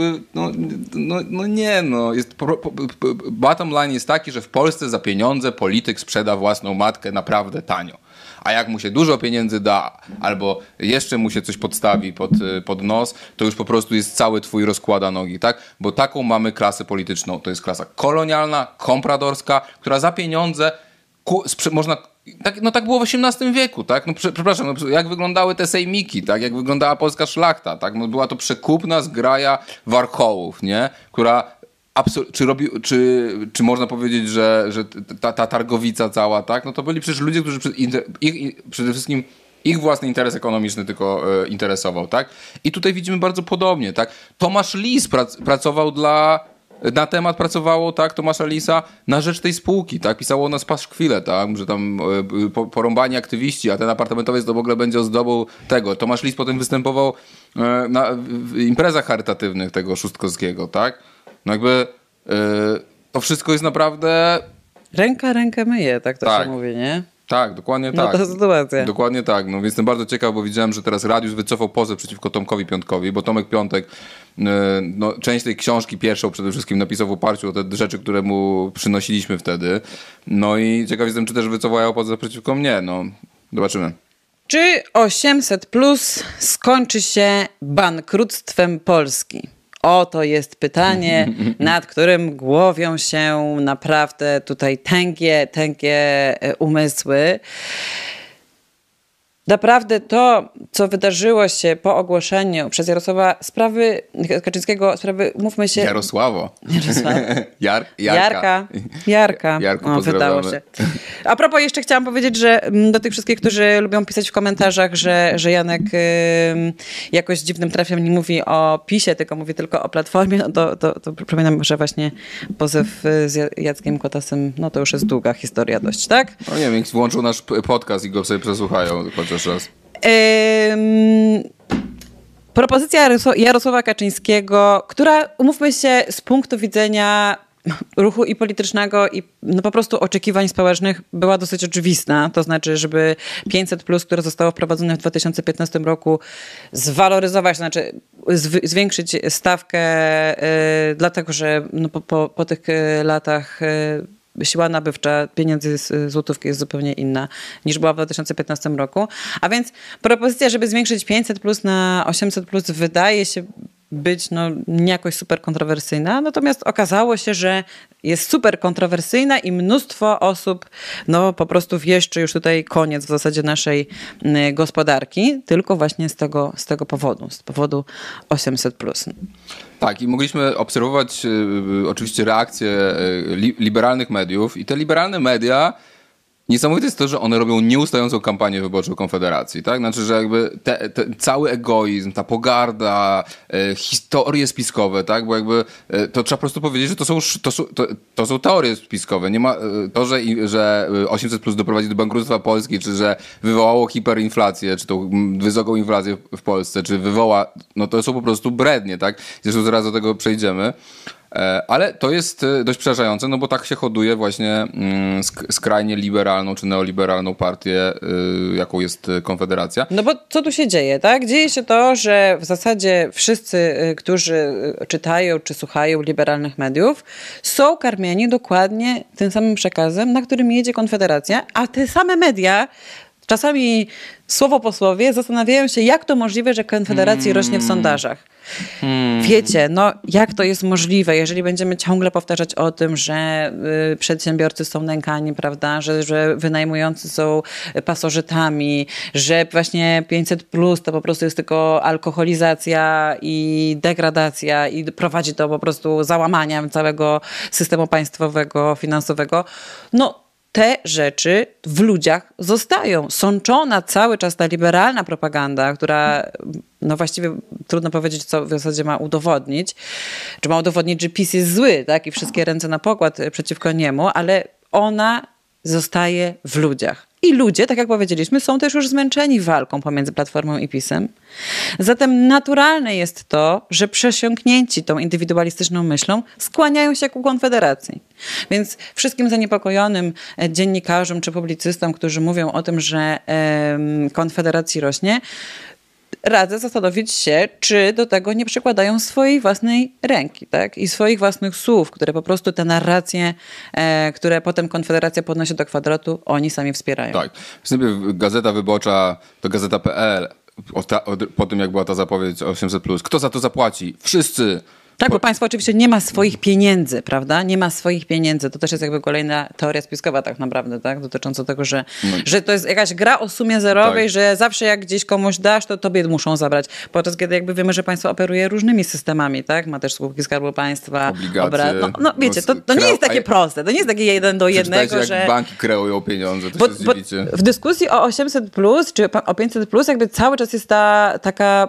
jest bottom line jest taki, że w Polsce za pieniądze polityk sprzeda własną matkę naprawdę tanio. A jak mu się dużo pieniędzy da, albo jeszcze mu się coś podstawi pod nos, to już po prostu jest cały twój rozkłada nogi, tak? Bo taką mamy klasę polityczną. To jest klasa kolonialna, kompradorska, która za pieniądze można tak było w XVIII wieku, tak? No przepraszam, no, jak wyglądały te sejmiki, tak? Jak wyglądała polska szlachta, tak? No, była to przekupna zgraja warchołów, nie? Która czy można powiedzieć, że ta targowica cała, tak? No to byli przecież ludzie, którzy przede wszystkim ich własny interes ekonomiczny tylko interesował, tak? I tutaj widzimy bardzo podobnie, tak? Tomasz Lis pracował pracowało, tak, Tomasza Lisa na rzecz tej spółki, tak? Pisało nas paszkwile, tak? Że tam porąbani aktywiści, a ten apartamentowiec to w ogóle będzie ozdobą tego. Tomasz Lis potem występował w imprezach charytatywnych tego Szóstkowskiego, tak? No jakby to wszystko jest naprawdę... Ręka rękę myje, tak to się mówi, nie? Tak, dokładnie tak. No to sytuacja. Dokładnie tak. No więc jestem bardzo ciekaw, bo widziałem, że teraz Radius wycofał pozew przeciwko Tomkowi Piątkowi, bo Tomek Piątek część tej książki pierwszą przede wszystkim napisał w oparciu o te rzeczy, które mu przynosiliśmy wtedy. No i ciekaw jestem, czy też wycofają pozew przeciwko mnie. No, zobaczymy. Czy 800+ skończy się bankructwem Polski? Oto jest pytanie, nad którym głowią się naprawdę tutaj tęgie umysły. Naprawdę to, co wydarzyło się po ogłoszeniu przez Jarosława sprawy Kaczyńskiego, mówmy się... Jarosławo. Jarka. Jarku, wydało się. A propos, jeszcze chciałam powiedzieć, że do tych wszystkich, którzy lubią pisać w komentarzach, że Janek jakoś dziwnym trafem nie mówi o PiS-ie, tylko mówi tylko o Platformie, no to przypominam, że właśnie pozew z Jackiem Kotasem, no to już jest długa historia dość, tak? No nie wiem, włączył nasz podcast i go sobie przesłuchają chociaż raz. Propozycja Jarosława Kaczyńskiego, która, umówmy się, z punktu widzenia ruchu i politycznego i no po prostu oczekiwań społecznych była dosyć oczywista. To znaczy, żeby 500+, które zostało wprowadzone w 2015 roku, zwaloryzować, znaczy zwiększyć stawkę, dlatego że no po tych latach siła nabywcza pieniędzy z złotówki jest zupełnie inna niż była w 2015 roku. A więc propozycja, żeby zwiększyć 500+ na 800+ wydaje się być nie jakoś super kontrowersyjna, natomiast okazało się, że jest super kontrowersyjna i mnóstwo osób po prostu wieszczy już tutaj koniec w zasadzie naszej gospodarki, tylko właśnie z tego powodu, z powodu 800+. Tak, i mogliśmy obserwować oczywiście reakcje liberalnych mediów i te liberalne media, niesamowite jest to, że one robią nieustającą kampanię wyborczą Konfederacji, tak? Znaczy, że jakby cały egoizm, ta pogarda, historie spiskowe, tak? Bo jakby to trzeba po prostu powiedzieć, że to są teorie spiskowe. Nie ma to, że 800+ doprowadzi do bankructwa Polski, czy że wywołało hiperinflację, czy tą wysoką inflację w Polsce, czy wywoła, to są po prostu brednie, tak? Zresztą zaraz do tego przejdziemy. Ale to jest dość przerażające, bo tak się hoduje właśnie skrajnie liberalną czy neoliberalną partię, jaką jest Konfederacja. No bo co tu się dzieje, tak? Dzieje się to, że w zasadzie wszyscy, którzy czytają czy słuchają liberalnych mediów, są karmieni dokładnie tym samym przekazem, na którym jedzie Konfederacja, a te same media czasami słowo po słowie zastanawiają się, jak to możliwe, że Konfederacji rośnie w sondażach. Wiecie, jak to jest możliwe, jeżeli będziemy ciągle powtarzać o tym, że przedsiębiorcy są nękani, prawda, że wynajmujący są pasożytami, że właśnie 500+ to po prostu jest tylko alkoholizacja i degradacja i prowadzi do po prostu załamania całego systemu państwowego, finansowego. Te rzeczy w ludziach zostają. Sączona cały czas ta liberalna propaganda, która właściwie trudno powiedzieć, co w zasadzie ma udowodnić. Czy ma udowodnić, że PiS jest zły, tak? I wszystkie ręce na pokład przeciwko niemu, ale ona zostaje w ludziach. I ludzie, tak jak powiedzieliśmy, są też już zmęczeni walką pomiędzy Platformą i PiS-em. Zatem naturalne jest to, że przesiąknięci tą indywidualistyczną myślą skłaniają się ku Konfederacji. Więc wszystkim zaniepokojonym dziennikarzom czy publicystom, którzy mówią o tym, że Konfederacji rośnie, radzę zastanowić się, czy do tego nie przykładają swojej własnej ręki, tak? I swoich własnych słów, które po prostu te narracje, które potem Konfederacja podnosi do kwadratu, oni sami wspierają. Tak. Gazeta Wyborcza to gazeta.pl po tym, jak była ta zapowiedź 800+. Kto za to zapłaci? Wszyscy. Tak, bo państwo oczywiście nie ma swoich pieniędzy, prawda? Nie ma swoich pieniędzy. To też jest jakby kolejna teoria spiskowa tak naprawdę, tak? Dotycząca tego, że to jest jakaś gra o sumie zerowej, że zawsze jak gdzieś komuś dasz, to tobie muszą zabrać. Podczas kiedy jakby wiemy, że państwo operuje różnymi systemami, tak? Ma też spółki Skarbu Państwa. Obligacje. No wiecie, to nie jest takie proste. To nie jest takie 1 do 1, że... jak banki kreują pieniądze, to się zdziwicie. W dyskusji o 800+, czy o 500+, jakby cały czas jest ta taka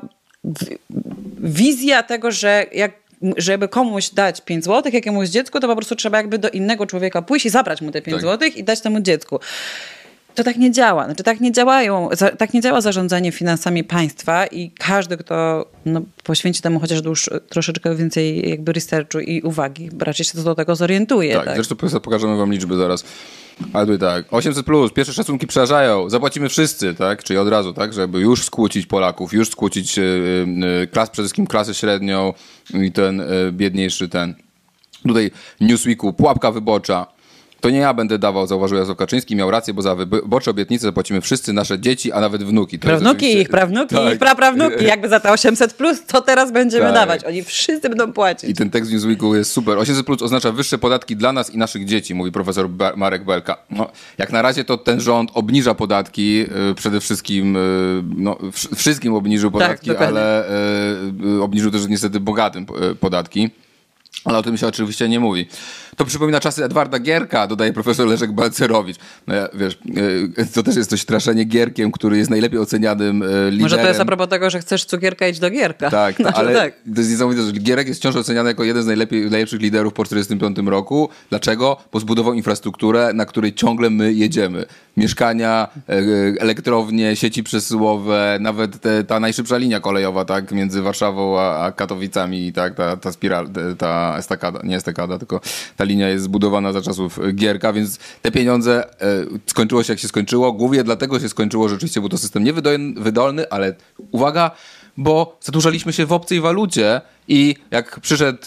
wizja tego, że żeby komuś dać 5 zł, jakiemuś dziecku, to po prostu trzeba jakby do innego człowieka pójść i zabrać mu te 5 zł i dać temu dziecku. To tak nie działa. Znaczy, tak nie działa zarządzanie finansami państwa i każdy, kto poświęci temu chociaż troszeczkę więcej jakby researchu i uwagi, raczej się do tego zorientuje. Tak, zresztą pokażemy wam liczby zaraz. Ale tutaj tak, 800+, pierwsze szacunki przerażają, zapłacimy wszyscy, tak? Czyli od razu, tak? Żeby już skłócić Polaków, już skłócić przede wszystkim klasę średnią i ten biedniejszy Tutaj Newsweeku, pułapka wyborcza. To nie ja będę dawał, zauważył Jarosław Kaczyński, miał rację, bo za wyborcze obietnice zapłacimy wszyscy, nasze dzieci, a nawet wnuki. Prawnuki, ich prawnuki, ich praprawnuki. Jakby za te 800+, to teraz będziemy dawać. Oni wszyscy będą płacić. I ten tekst w Newsweeku jest super. 800+ oznacza wyższe podatki dla nas i naszych dzieci, mówi profesor Marek Belka. No, jak na razie to ten rząd obniża podatki, przede wszystkim, wszystkim obniżył podatki, tak, ale obniżył też niestety bogatym podatki. Ale o tym się oczywiście nie mówi. To przypomina czasy Edwarda Gierka, dodaje profesor Leszek Balcerowicz. No wiesz, to też jest to straszenie Gierkiem, który jest najlepiej ocenianym liderem. Może to jest a propos tego, że chcesz cukierka, idź do Gierka. Tak, ale tak. To jest niesamowite, że Gierek jest wciąż oceniany jako jeden z najlepszych liderów po 1945 roku. Dlaczego? Bo zbudował infrastrukturę, na której ciągle my jedziemy. Mieszkania, elektrownie, sieci przesyłowe, nawet ta najszybsza linia kolejowa, tak, między Warszawą a Katowicami, tak, ta spiral, ta estakada, nie estakada, tylko ta linia jest zbudowana za czasów Gierka, więc te pieniądze skończyło się jak się skończyło. Głównie dlatego się skończyło, że rzeczywiście był to system niewydolny, ale uwaga, bo zadłużaliśmy się w obcej walucie i jak przyszedł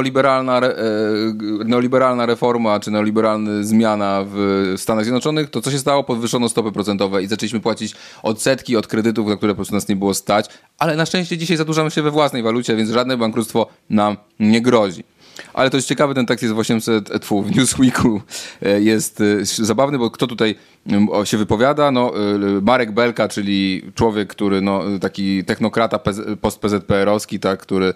neoliberalna reforma, czy neoliberalna zmiana w Stanach Zjednoczonych, to co się stało? Podwyższono stopy procentowe i zaczęliśmy płacić odsetki od kredytów, na które po prostu nas nie było stać, ale na szczęście dzisiaj zadłużamy się we własnej walucie, więc żadne bankructwo nam nie grozi. Ale to jest ciekawy, ten tekst jest w Newsweeku jest zabawny, bo kto tutaj się wypowiada? No, Marek Belka, czyli człowiek, który taki technokrata post-PZPR-owski, tak, który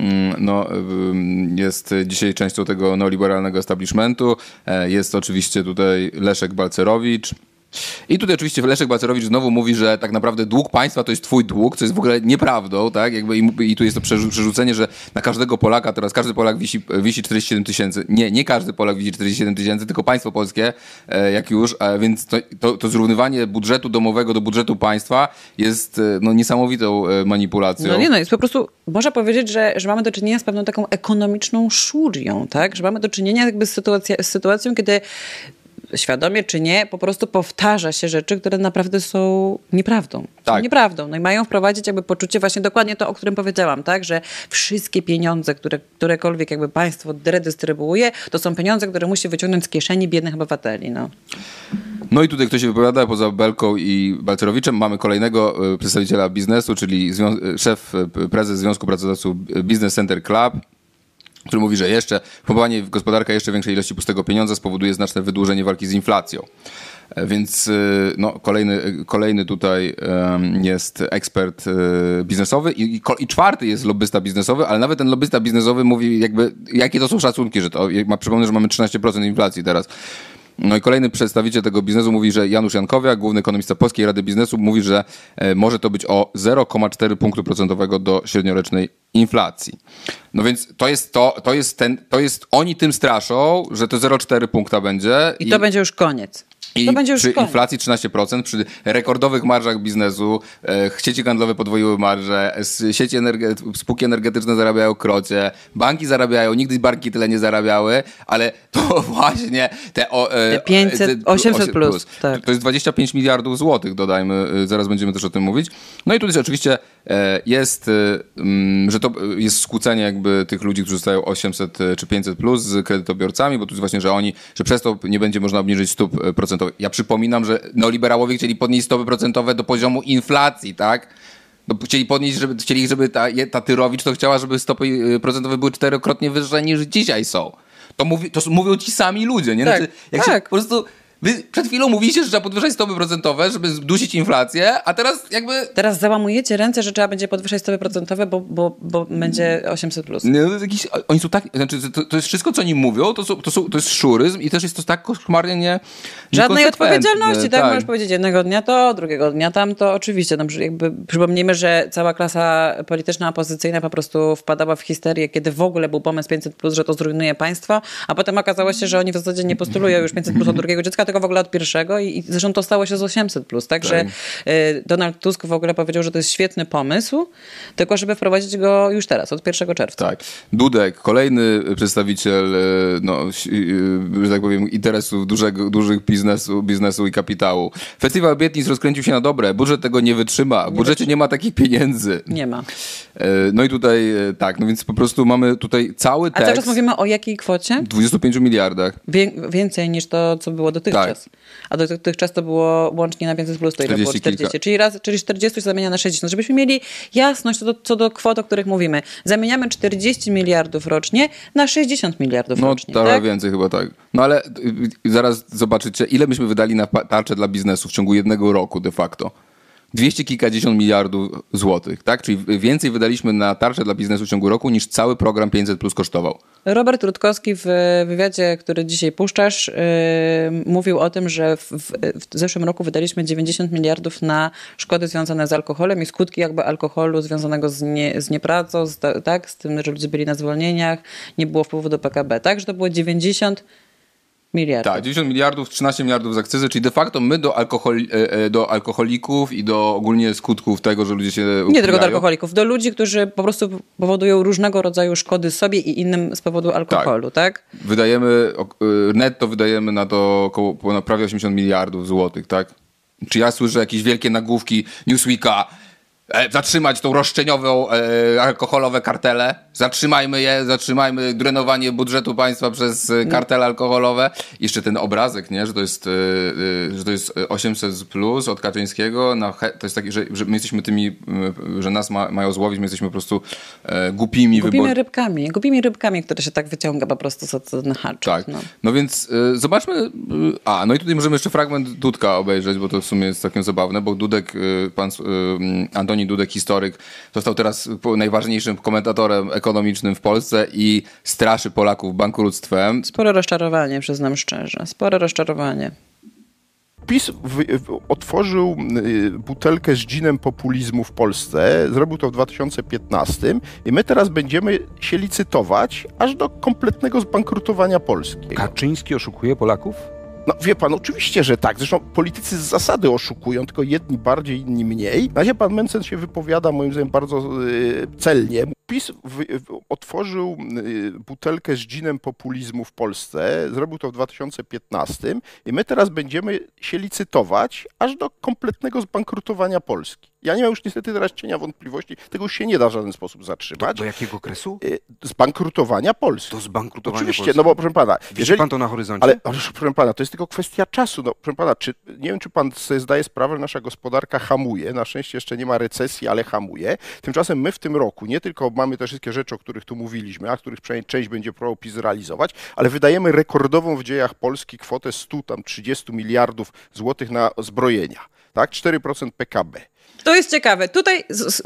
jest dzisiaj częścią tego neoliberalnego establishmentu. Jest oczywiście tutaj Leszek Balcerowicz. I tutaj oczywiście Leszek Balcerowicz znowu mówi, że tak naprawdę dług państwa to jest twój dług, co jest w ogóle nieprawdą, tak? I tu jest to przerzucenie, że na każdego Polaka teraz każdy Polak wisi 47 tysięcy. Nie każdy Polak wisi 47 tysięcy, tylko państwo polskie, jak już, więc to zrównywanie budżetu domowego do budżetu państwa jest niesamowitą manipulacją. Jest po prostu, można powiedzieć, że mamy do czynienia z pewną taką ekonomiczną szurią, tak? Że mamy do czynienia jakby z sytuacją, kiedy świadomie czy nie, po prostu powtarza się rzeczy, które naprawdę są nieprawdą. Tak. Są nieprawdą. No i mają wprowadzić jakby poczucie właśnie dokładnie to, o którym powiedziałam, tak? Że wszystkie pieniądze, którekolwiek jakby państwo redystrybuuje, to są pieniądze, które musi wyciągnąć z kieszeni biednych obywateli. No i tutaj ktoś się wypowiada, poza Belką i Balcerowiczem mamy kolejnego przedstawiciela biznesu, czyli prezes Związku Pracodawców Business Center Club, który mówi, że wpompowanie w gospodarkę jeszcze większej ilości pustego pieniądza spowoduje znaczne wydłużenie walki z inflacją. Więc kolejny tutaj jest ekspert biznesowy i czwarty jest lobbysta biznesowy, ale nawet ten lobbysta biznesowy mówi jakie to są szacunki, że przypomnę, że mamy 13% inflacji teraz. No i kolejny przedstawiciel tego biznesu mówi, że Janusz Jankowiak, główny ekonomista Polskiej Rady Biznesu, mówi, że może to być o 0,4 punktu procentowego do średniorocznej inflacji. No więc oni tym straszą, że to 0,4 punkta będzie. I to będzie już koniec. I przy inflacji 13%, przy rekordowych marżach biznesu, sieci handlowe podwoiły marże, spółki energetyczne zarabiają krocie, banki zarabiają, nigdy banki tyle nie zarabiały, ale to właśnie te 800+. Tak. To jest 25 miliardów złotych, dodajmy, zaraz będziemy też o tym mówić. No i tutaj oczywiście że to jest skłócenie jakby tych ludzi, którzy dostają 800 czy 500+ z kredytobiorcami, bo tu jest właśnie, że przez to nie będzie można obniżyć stóp procentowych. Ja przypominam, że neoliberałowie chcieli podnieść stopy procentowe do poziomu inflacji, tak? No, chcieli podnieść, żeby ta Tyrowicz to chciała, żeby stopy procentowe były 4-krotnie wyższe niż dzisiaj są. To mówią ci sami ludzie, nie? Tak, Znaczy, jak się po prostu... Wy przed chwilą mówiliście, że trzeba podwyższać stopy procentowe, żeby zdusić inflację, a teraz jakby... Teraz załamujecie ręce, że trzeba będzie podwyższać stopy procentowe, bo będzie 800+. Nie, no, oni są tak... Znaczy, to jest wszystko, co oni mówią, to jest szuryzm i też jest to tak koszmarnie Żadnej odpowiedzialności, tak? Tak. Możesz powiedzieć jednego dnia to, drugiego dnia tamto. Oczywiście, no, jakby przypomnijmy, że cała klasa polityczna opozycyjna po prostu wpadała w histerię, kiedy w ogóle był pomysł 500+, że to zrujnuje państwo, a potem okazało się, że oni w zasadzie nie postulują już 500+ od drugiego dziecka, tylko w ogóle od pierwszego i zresztą to stało się z 800+. Także Donald Tusk w ogóle powiedział, że to jest świetny pomysł, tylko żeby wprowadzić go już teraz, od 1 czerwca. Tak. Dudek, kolejny przedstawiciel, że tak powiem, interesów dużych biznesu i kapitału. Festiwal obietnic rozkręcił się na dobre. Budżet tego nie wytrzyma. W budżecie nie ma takich pieniędzy. Nie ma. No i tutaj tak, no więc po prostu mamy tutaj cały tekst. A cały czas mówimy o jakiej kwocie? 25 miliardach. Więcej niż to, co było dotychczas. Tak. A dotychczas to było łącznie na 500+, to ile było 40. Czyli 40 się zamienia na 60. Żebyśmy mieli jasność co do kwot, o których mówimy. Zamieniamy 40 miliardów rocznie na 60 miliardów rocznie. No trochę tak? więcej chyba tak. No ale zaraz zobaczycie, ile myśmy wydali na tarczę dla biznesu w ciągu jednego roku de facto. 200 kilkadziesiąt miliardów złotych, tak? Czyli więcej wydaliśmy na tarczę dla biznesu w ciągu roku niż cały program 500+ kosztował. Robert Rutkowski w wywiadzie, który dzisiaj puszczasz, mówił o tym, że w zeszłym roku wydaliśmy 90 miliardów na szkody związane z alkoholem i skutki jakby alkoholu związanego z niepracą, z tym, że ludzie byli na zwolnieniach, nie było wpływu do PKB. Tak, że to było 90 miliardów. Tak, 90 miliardów, 13 miliardów z akcyzy, czyli de facto my do alkoholików i do ogólnie skutków tego, że ludzie się Nie tylko do alkoholików, do ludzi, którzy po prostu powodują różnego rodzaju szkody sobie i innym z powodu alkoholu, tak? Netto wydajemy na to około prawie 80 miliardów złotych, tak? Czy ja słyszę jakieś wielkie nagłówki Newsweeka, zatrzymać tą roszczeniową alkoholowe kartele, zatrzymajmy drenowanie budżetu państwa przez kartele alkoholowe. Jeszcze ten obrazek, nie? Że to jest 800+ od Kaczyńskiego. To jest taki, że my jesteśmy tymi, że nas mają złowić, my jesteśmy po prostu głupimi rybkami, które się tak wyciąga po prostu na haczyk. Tak. No więc zobaczmy. No i tutaj możemy jeszcze fragment Dudka obejrzeć, bo to w sumie jest całkiem zabawne, bo Dudek, pan Antoni Dudek, historyk, został teraz najważniejszym komentatorem ekonomicznym w Polsce i straszy Polaków bankructwem. Spore rozczarowanie, przyznam szczerze. Spore rozczarowanie. PiS otworzył butelkę z dżinem populizmu w Polsce. Zrobił to w 2015 i my teraz będziemy się licytować aż do kompletnego zbankrutowania Polski. Kaczyński oszukuje Polaków? No wie pan, oczywiście, że tak. Zresztą politycy z zasady oszukują, tylko jedni bardziej, inni mniej. Na razie pan Mencen się wypowiada moim zdaniem bardzo celnie. PiS otworzył butelkę z dżinem populizmu w Polsce. Zrobił to w 2015 i my teraz będziemy się licytować aż do kompletnego zbankrutowania Polski. Ja nie mam już niestety teraz cienia wątpliwości, tego już się nie da w żaden sposób zatrzymać. Do jakiego okresu? Zbankrutowania Polski. Do zbankrutowania Oczywiście, Polski. No bo proszę pana... Widzi pan to na horyzoncie? Ale proszę pana, to jest tylko kwestia czasu. No, proszę pana, nie wiem, czy pan sobie zdaje sprawę, że nasza gospodarka hamuje. Na szczęście jeszcze nie ma recesji, ale hamuje. Tymczasem my w tym roku nie tylko mamy te wszystkie rzeczy, o których tu mówiliśmy, a których przynajmniej część będzie próbował PiS zrealizować, ale wydajemy rekordową w dziejach Polski kwotę 130 miliardów złotych na zbrojenia. Tak? 4% PKB. To jest ciekawe. Tutaj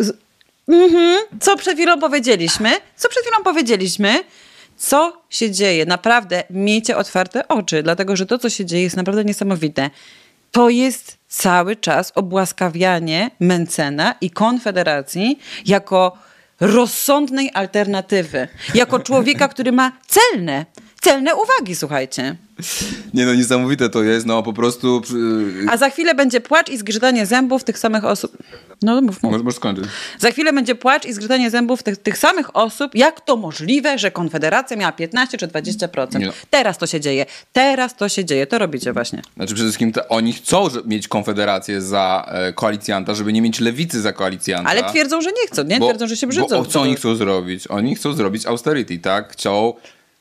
co przed chwilą powiedzieliśmy? Co się dzieje? Naprawdę miejcie otwarte oczy, dlatego że to, co się dzieje, jest naprawdę niesamowite. To jest cały czas obłaskawianie Mencena i Konfederacji jako rozsądnej alternatywy. Jako człowieka, który ma celne uwagi, słuchajcie. Nie no, niesamowite to jest, no po prostu... A za chwilę będzie płacz i zgrzytanie zębów tych samych osób... No mów. Możesz skończyć. Za chwilę będzie płacz i zgrzytanie zębów tych samych osób. Jak to możliwe, że Konfederacja miała 15 czy 20%? Nie. Teraz to się dzieje. To robicie właśnie. Znaczy przede wszystkim oni chcą mieć Konfederację za koalicjanta, żeby nie mieć Lewicy za koalicjanta. Ale twierdzą, że nie chcą, nie? Twierdzą, że się brzydzą. Co oni chcą zrobić? Oni chcą zrobić austerity, tak? Chcą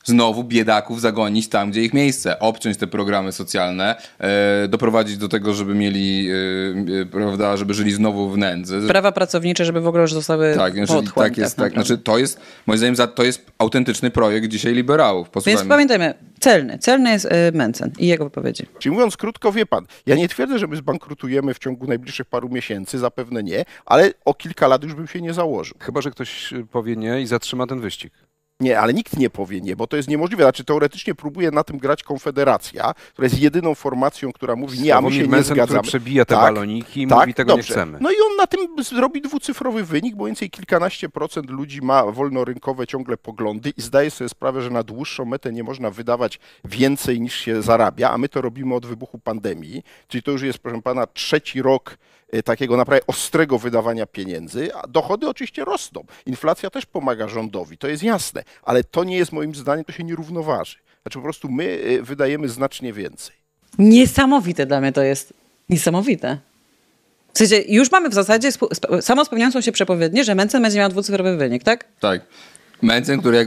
znowu biedaków zagonić tam, gdzie ich miejsce, obciąć te programy socjalne, doprowadzić do tego, żeby mieli, prawda, żeby żyli znowu w nędzy. Prawa pracownicze, żeby w ogóle już zostały tak jest, tak. Znaczy to jest, moim zdaniem, to jest autentyczny projekt dzisiaj liberałów. Więc pamiętajmy, celny jest Mencen i jego wypowiedzi. Czyli mówiąc krótko, wie pan, ja nie twierdzę, że my zbankrutujemy w ciągu najbliższych paru miesięcy, zapewne nie, ale o kilka lat już bym się nie założył. Chyba że ktoś powie nie i zatrzyma ten wyścig. Nie, ale nikt nie powie nie, bo to jest niemożliwe. Znaczy teoretycznie próbuje na tym grać Konfederacja, która jest jedyną formacją, która mówi nie, a my się nie zgadzamy. Który przebija te baloniki i mówi tego nie chcemy. No i on na tym zrobi dwucyfrowy wynik, bo więcej kilkanaście procent ludzi ma wolnorynkowe ciągle poglądy i zdaje sobie sprawę, że na dłuższą metę nie można wydawać więcej niż się zarabia, a my to robimy od wybuchu pandemii, czyli to już jest, proszę pana, 3. rok takiego naprawdę ostrego wydawania pieniędzy, a dochody oczywiście rosną. Inflacja też pomaga rządowi, to jest jasne, ale to nie jest moim zdaniem, to się nie równoważy. Znaczy po prostu my wydajemy znacznie więcej. Niesamowite dla mnie to jest. Niesamowite. W sensie już mamy w zasadzie samo spełniającą się przepowiednię, że Mencen będzie miał dwucyfrowy wynik, tak? Tak. Mencen, który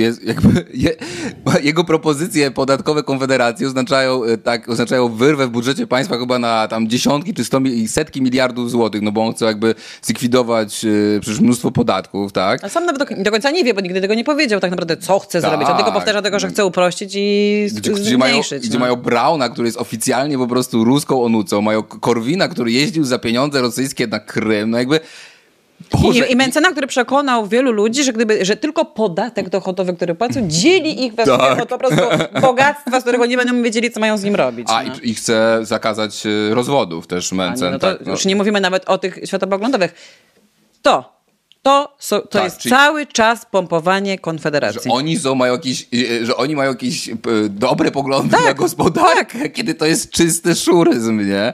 jego propozycje podatkowe Konfederacji oznaczają wyrwę w budżecie państwa chyba na tam dziesiątki czy setki miliardów złotych, no bo on chce jakby zlikwidować przecież mnóstwo podatków, tak? A sam nawet do końca nie wie, bo nigdy tego nie powiedział tak naprawdę, co chce zrobić. On tylko powtarza tego, że chce uprościć i zmniejszyć. Gdzie mają Brauna, który jest oficjalnie po prostu ruską onucą, mają Korwina, który jeździł za pieniądze rosyjskie na Krym, no jakby... I Mencena, który przekonał wielu ludzi, że tylko podatek dochodowy, który płacą, dzieli ich we od po prostu bogactwa, z którego nie będą wiedzieli, co mają z nim robić. I chce zakazać rozwodów też Mencen. Już nie mówimy nawet o tych światopoglądowych. To jest cały czas pompowanie Konfederacji. Że oni mają jakieś dobre poglądy na gospodarkę, kiedy to jest czysty szuryzm, nie?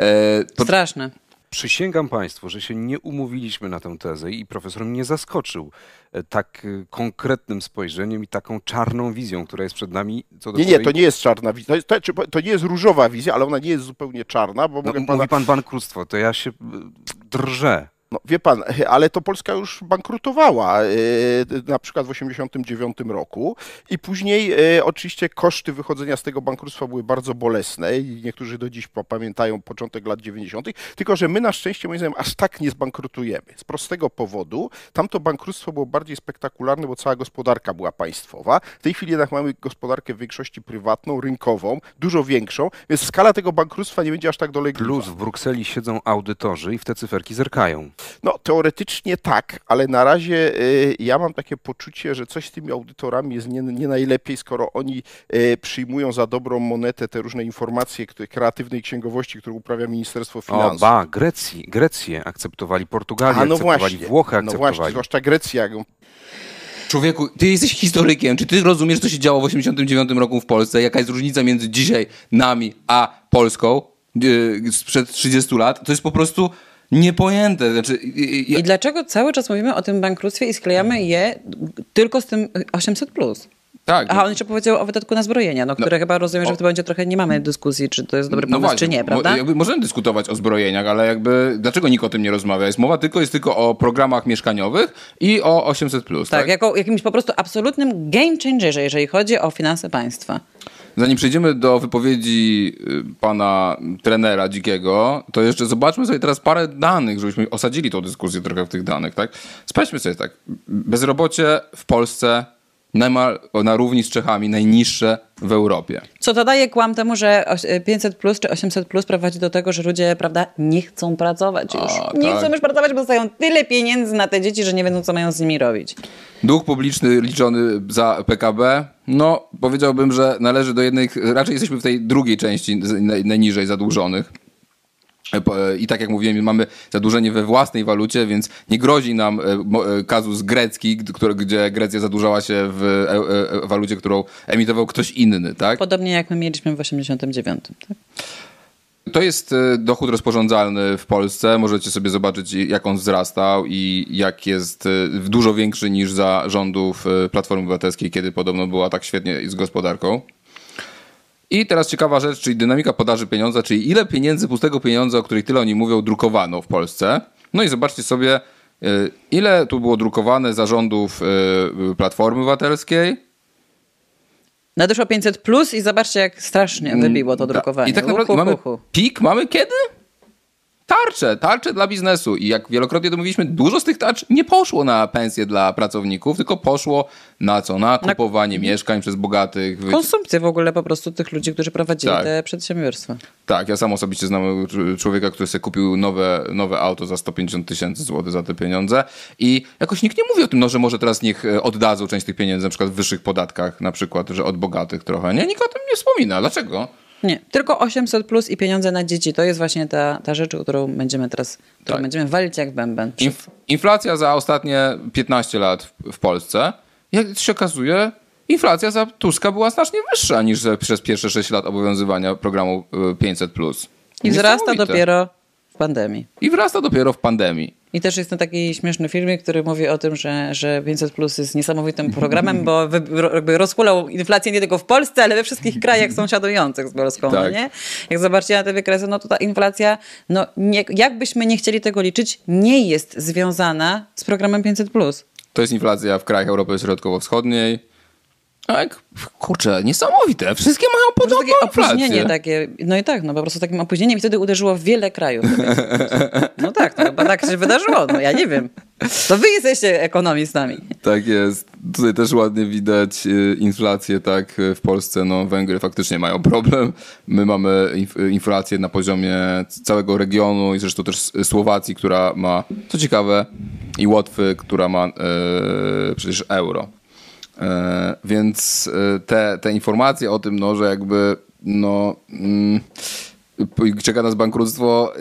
Straszne. Przysięgam państwu, że się nie umówiliśmy na tę tezę i profesor mnie zaskoczył tak konkretnym spojrzeniem i taką czarną wizją, która jest przed nami. Nie, to nie jest czarna wizja. To nie jest różowa wizja, ale ona nie jest zupełnie czarna. Bo mówi pan bankructwo, to ja się drżę. No, wie pan, ale to Polska już bankrutowała na przykład w 1989 roku i później oczywiście koszty wychodzenia z tego bankructwa były bardzo bolesne i niektórzy do dziś pamiętają początek lat 90., tylko że my na szczęście moim zdaniem aż tak nie zbankrutujemy. Z prostego powodu, tamto bankructwo było bardziej spektakularne, bo cała gospodarka była państwowa. W tej chwili jednak mamy gospodarkę w większości prywatną, rynkową, dużo większą, więc skala tego bankructwa nie będzie aż tak dolegliwa. Plus w Brukseli siedzą audytorzy i w te cyferki zerkają. No, teoretycznie tak, ale na razie ja mam takie poczucie, że coś z tymi audytorami jest nie najlepiej, skoro oni przyjmują za dobrą monetę te różne informacje kreatywnej księgowości, którą uprawia Ministerstwo Finansów. Grecję akceptowali, Portugalię akceptowali, Włochy akceptowali. No właśnie, zwłaszcza Grecja. Człowieku, ty jesteś historykiem. Czy ty rozumiesz, co się działo w 1989 roku w Polsce? Jaka jest różnica między dzisiaj nami a Polską sprzed 30 lat? To jest po prostu... niepojęte. Znaczy, I dlaczego cały czas mówimy o tym bankructwie i sklejamy je tylko z tym 800+? Tak. Aha, on jeszcze powiedział o wydatku na zbrojenia, które chyba rozumiem, że w tym momencie trochę nie mamy dyskusji, czy to jest dobry pomysł, czy nie, prawda? Możemy dyskutować o zbrojeniach, ale dlaczego nikt o tym nie rozmawia? Jest tylko o programach mieszkaniowych i o 800+. Tak, jako jakimś po prostu absolutnym game changerze, jeżeli chodzi o finanse państwa. Zanim przejdziemy do wypowiedzi pana trenera Dzikiego, to jeszcze zobaczmy sobie teraz parę danych, żebyśmy osadzili tą dyskusję trochę w tych danych, tak? Sprawdźmy sobie tak. Bezrobocie w Polsce niemal na równi z Czechami, najniższe w Europie. Co dodaje kłam temu, że 500+ czy 800+ prowadzi do tego, że ludzie, prawda, nie chcą pracować już. Nie chcą już pracować, bo dostają tyle pieniędzy na te dzieci, że nie wiedzą, co mają z nimi robić. Dług publiczny liczony za PKB, no powiedziałbym, że należy do raczej jesteśmy w tej drugiej części najniżej zadłużonych. I tak jak mówiłem, mamy zadłużenie we własnej walucie, więc nie grozi nam kazus grecki, gdzie Grecja zadłużała się w walucie, którą emitował ktoś inny, tak? Podobnie jak my mieliśmy w 89, tak? To jest dochód rozporządzalny w Polsce. Możecie sobie zobaczyć, jak on wzrastał i jak jest dużo większy niż za rządów Platformy Obywatelskiej, kiedy podobno była tak świetnie z gospodarką. I teraz ciekawa rzecz, czyli dynamika podaży pieniądza, czyli ile pieniędzy, pustego pieniądza, o których tyle oni mówią, drukowano w Polsce. No i zobaczcie sobie, ile tu było drukowane za rządów Platformy Obywatelskiej Nadeszło 500+ i zobaczcie, jak strasznie wybiło to drukowanie. I tak naprawdę mamy pik, mamy kiedy? Tarcze dla biznesu. I jak wielokrotnie to mówiliśmy, dużo z tych tarcz nie poszło na pensje dla pracowników, tylko poszło na co? Na kupowanie mieszkań przez bogatych. Konsumpcję w ogóle po prostu tych ludzi, którzy prowadzili te przedsiębiorstwa. Tak, ja sam osobiście znam człowieka, który sobie kupił nowe auto za 150 000 złotych za te pieniądze i jakoś nikt nie mówi o tym, no, że może teraz niech oddadzą część tych pieniędzy na przykład w wyższych podatkach, na przykład, że od bogatych trochę. Nie, nikt o tym nie wspomina. Dlaczego? Nie, tylko 800+ i pieniądze na dzieci. To jest właśnie ta rzecz, którą będziemy teraz będziemy walić jak bęben. Inflacja za ostatnie 15 lat w Polsce, jak się okazuje, inflacja za Tuska była znacznie wyższa niż przez pierwsze 6 lat obowiązywania programu 500+. I wzrasta dopiero w pandemii. I też jest ten taki śmieszny filmik, który mówi o tym, że 500+ jest niesamowitym programem, bo jakby rozhulał inflację nie tylko w Polsce, ale we wszystkich krajach sąsiadujących z Polską. Tak. No nie? Jak zobaczycie na te wykresy, no to ta inflacja, no jakbyśmy nie chcieli tego liczyć, nie jest związana z programem 500+. To jest inflacja w krajach Europy Środkowo-Wschodniej. Tak, kurczę, niesamowite. Wszystkie mają podobną opóźnienie takie. No i tak, no po prostu takim opóźnieniem i wtedy uderzyło w wiele krajów. No tak, to chyba tak się wydarzyło, no ja nie wiem. To wy jesteście ekonomistami. Tak jest. Tutaj też ładnie widać inflację, tak, w Polsce, no Węgry faktycznie mają problem. My mamy inflację na poziomie całego regionu i zresztą też Słowacji, która ma, co ciekawe, i Łotwy, która ma przecież euro. Więc te informacje o tym, no, że jakby czeka nas bankructwo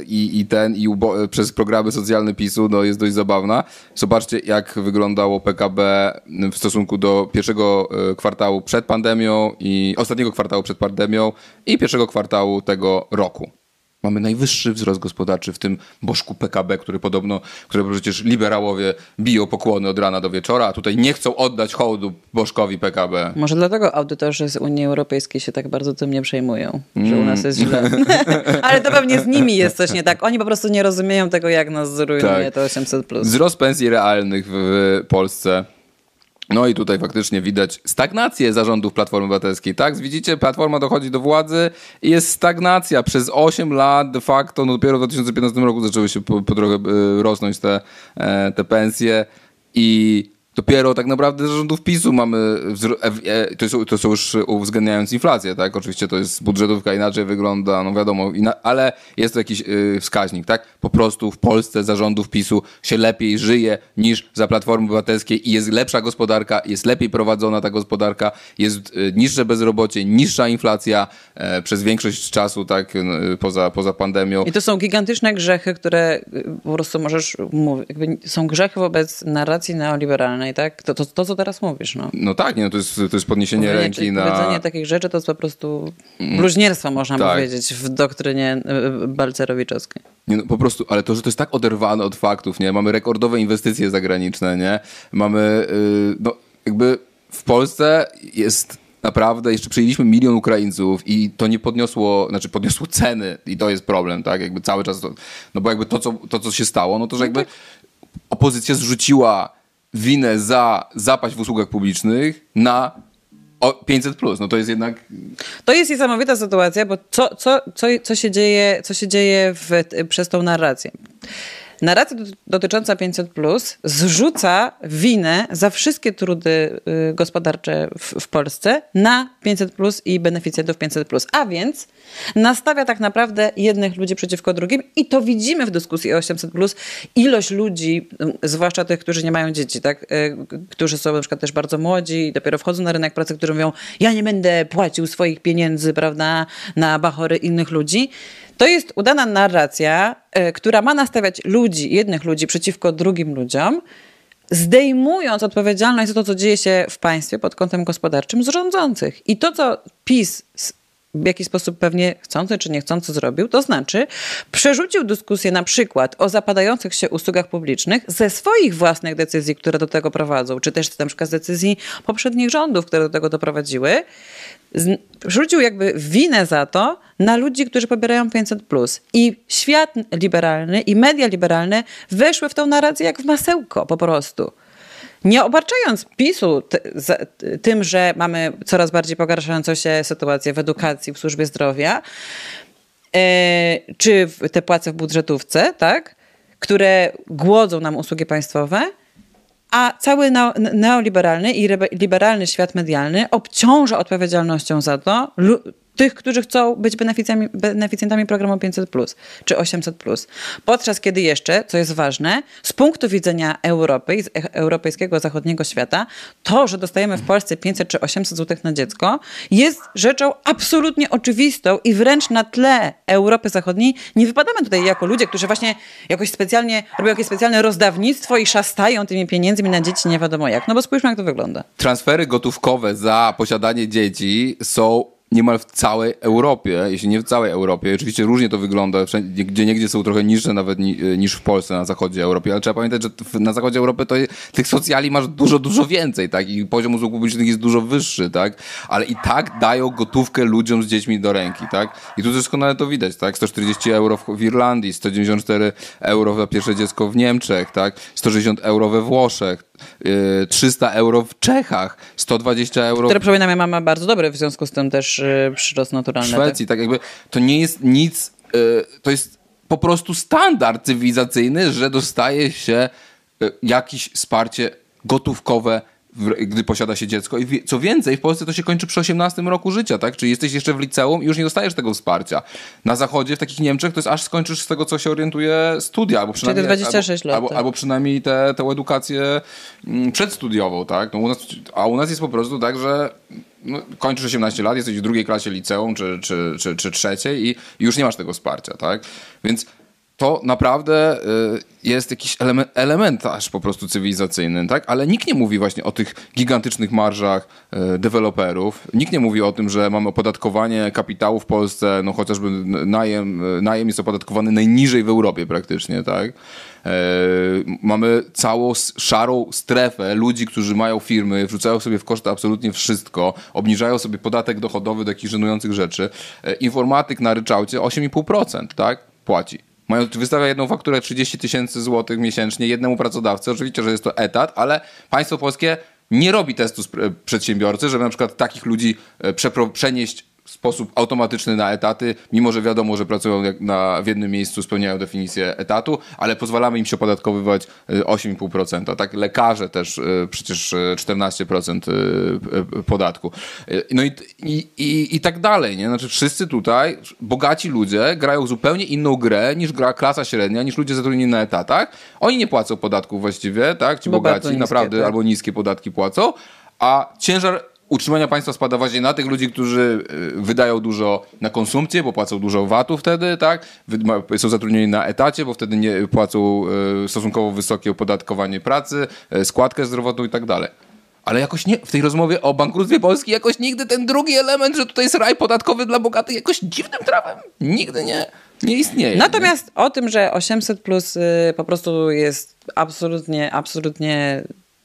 przez programy socjalne PiS-u, no, jest dość zabawna. Zobaczcie, jak wyglądało PKB w stosunku do pierwszego kwartału przed pandemią i ostatniego kwartału przed pandemią i pierwszego kwartału tego roku. Mamy najwyższy wzrost gospodarczy w tym bożku PKB, którego przecież liberałowie biją pokłony od rana do wieczora, a tutaj nie chcą oddać hołdu bożkowi PKB. Może dlatego audytorzy z Unii Europejskiej się tak bardzo tym nie przejmują, że u nas jest źle. Ale to pewnie z nimi jest coś nie tak. Oni po prostu nie rozumieją tego, jak nas zrujnuje to 800+. Wzrost pensji realnych w Polsce. No i tutaj faktycznie widać stagnację zarządów Platformy Obywatelskiej. Tak, widzicie, Platforma dochodzi do władzy i jest stagnacja. Przez 8 lat de facto, no dopiero w 2015 roku zaczęły się po trochę rosnąć te pensje i dopiero tak naprawdę zarządów PiS-u mamy, to są już uwzględniając inflację, tak? Oczywiście to jest budżetówka, inaczej wygląda, no wiadomo, ale jest to jakiś wskaźnik, tak? Po prostu w Polsce zarządów PiS-u się lepiej żyje niż za Platformy Obywatelskiej i jest lepsza gospodarka, jest lepiej prowadzona ta gospodarka, jest niższe bezrobocie, niższa inflacja przez większość czasu, tak? Poza pandemią. I to są gigantyczne grzechy, które po prostu możesz mówić, jakby są grzechy wobec narracji neoliberalnej. Tak? To, co teraz mówisz. No tak, nie, no to jest podniesienie ręki na... Powiedzenie takich rzeczy to jest po prostu bluźnierstwo, można powiedzieć, w doktrynie balcerowiczowskiej. Nie, no, po prostu, ale to, że to jest tak oderwane od faktów, nie? Mamy rekordowe inwestycje zagraniczne, nie? Mamy, no jakby w Polsce jest... Naprawdę, jeszcze przyjęliśmy 1 000 000 Ukraińców i to nie podniosło ceny i to jest problem, tak? Jakby cały czas, no bo jakby to, co się stało, no to, że jakby opozycja zrzuciła winę za zapaść w usługach publicznych na 500+. No to jest jednak... To jest niesamowita sytuacja, bo co się dzieje przez tą narrację? Narracja dotycząca 500+ zrzuca winę za wszystkie trudy gospodarcze w Polsce na 500+ i beneficjentów 500+. A więc nastawia tak naprawdę jednych ludzi przeciwko drugim i to widzimy w dyskusji o 800+. Ilość ludzi, zwłaszcza tych, którzy nie mają dzieci, tak? Którzy są na przykład też bardzo młodzi i dopiero wchodzą na rynek pracy, którzy mówią, ja nie będę płacił swoich pieniędzy, prawda, na bachory innych ludzi. To jest udana narracja, która ma nastawiać jednych ludzi przeciwko drugim ludziom, zdejmując odpowiedzialność za to, co dzieje się w państwie pod kątem gospodarczym z rządzących. I to, co PiS w jakiś sposób pewnie chcący czy niechcący zrobił, to znaczy przerzucił dyskusję na przykład o zapadających się usługach publicznych ze swoich własnych decyzji, które do tego prowadzą, czy też na przykład z decyzji poprzednich rządów, które do tego doprowadziły, rzucił jakby winę za to na ludzi, którzy pobierają 500+. I świat liberalny i media liberalne weszły w tą narrację jak w masełko po prostu. nie obarczając PiS-u tym, że mamy coraz bardziej pogarszającą się sytuację w edukacji, w służbie zdrowia, czy te płace w budżetówce, tak, które głodzą nam usługi państwowe, a cały neoliberalny i liberalny świat medialny obciąża odpowiedzialnością za to tych, którzy chcą być beneficjentami programu 500+, czy 800+. Podczas kiedy jeszcze, co jest ważne, z punktu widzenia Europy i z europejskiego, zachodniego świata, to, że dostajemy w Polsce 500 czy 800 zł na dziecko, jest rzeczą absolutnie oczywistą i wręcz na tle Europy Zachodniej nie wypadamy tutaj jako ludzie, którzy właśnie jakoś specjalnie robią jakieś specjalne rozdawnictwo i szastają tymi pieniędzmi na dzieci nie wiadomo jak. No bo spójrzmy, jak to wygląda. Transfery gotówkowe za posiadanie dzieci są niemal w całej Europie, jeśli nie w całej Europie. Oczywiście różnie to wygląda, gdzieniegdzie są trochę niższe nawet niż w Polsce, na zachodzie Europy, ale trzeba pamiętać, że na zachodzie Europy to tych socjali masz dużo więcej, tak? I poziom usług publicznych jest dużo wyższy, tak? Ale i tak dają gotówkę ludziom z dziećmi do ręki, tak? I tu doskonale to widać, tak? 140 euro w Irlandii, 194 euro za pierwsze dziecko w Niemczech, tak? 160 euro we Włoszech, 300 euro w Czechach, 120 euro... Które, przypominam, ja mam bardzo dobry, w związku z tym też przyrost naturalny. W Szwecji, tak jakby to nie jest nic, to jest po prostu standard cywilizacyjny, że dostaje się jakieś wsparcie gotówkowe, gdy posiada się dziecko. I co więcej, w Polsce to się kończy przy 18 roku życia, tak? Czyli jesteś jeszcze w liceum i już nie dostajesz tego wsparcia. Na zachodzie, w takich Niemczech, to jest aż skończysz z tego, co się orientuje, studia, albo przynajmniej... Czyli 26 lat. Albo przynajmniej tę edukację przedstudiową, tak? No u nas jest po prostu tak, że kończysz 18 lat, jesteś w drugiej klasie liceum czy trzeciej i już nie masz tego wsparcia, tak? Więc to naprawdę jest jakiś elementarz po prostu cywilizacyjny, tak? Ale nikt nie mówi właśnie o tych gigantycznych marżach deweloperów. Nikt nie mówi o tym, że mamy opodatkowanie kapitału w Polsce, no chociażby najem jest opodatkowany najniżej w Europie praktycznie, tak? Mamy całą szarą strefę ludzi, którzy mają firmy, wrzucają sobie w koszty absolutnie wszystko, obniżają sobie podatek dochodowy do jakichś żenujących rzeczy. Informatyk na ryczałcie 8,5%, tak? Płaci. Wystawia jedną fakturę 30 000 złotych miesięcznie jednemu pracodawcy. Oczywiście, że jest to etat, ale państwo polskie nie robi testu przedsiębiorcy, żeby na przykład takich ludzi przenieść w sposób automatyczny na etaty, mimo że wiadomo, że pracują w jednym miejscu, spełniają definicję etatu, ale pozwalamy im się opodatkowywać 8,5%. Tak, lekarze też przecież 14% podatku. No i tak dalej, nie? Znaczy wszyscy tutaj, bogaci ludzie, grają zupełnie inną grę niż gra klasa średnia, niż ludzie zatrudnieni na etatach. Oni nie płacą podatków właściwie, tak? Ci bogaci niskie, naprawdę tak. Albo niskie podatki płacą, a ciężar utrzymania państwa spada właśnie na tych ludzi, którzy wydają dużo na konsumpcję, bo płacą dużo VAT-u wtedy, tak? Są zatrudnieni na etacie, bo wtedy nie płacą stosunkowo wysokie opodatkowanie pracy, składkę zdrowotną i tak dalej. Ale jakoś nie, w tej rozmowie o bankructwie Polski jakoś nigdy ten drugi element, że tutaj jest raj podatkowy dla bogatych, jakoś dziwnym trafem nigdy nie istnieje. Natomiast o tym, że 800+ po prostu jest absolutnie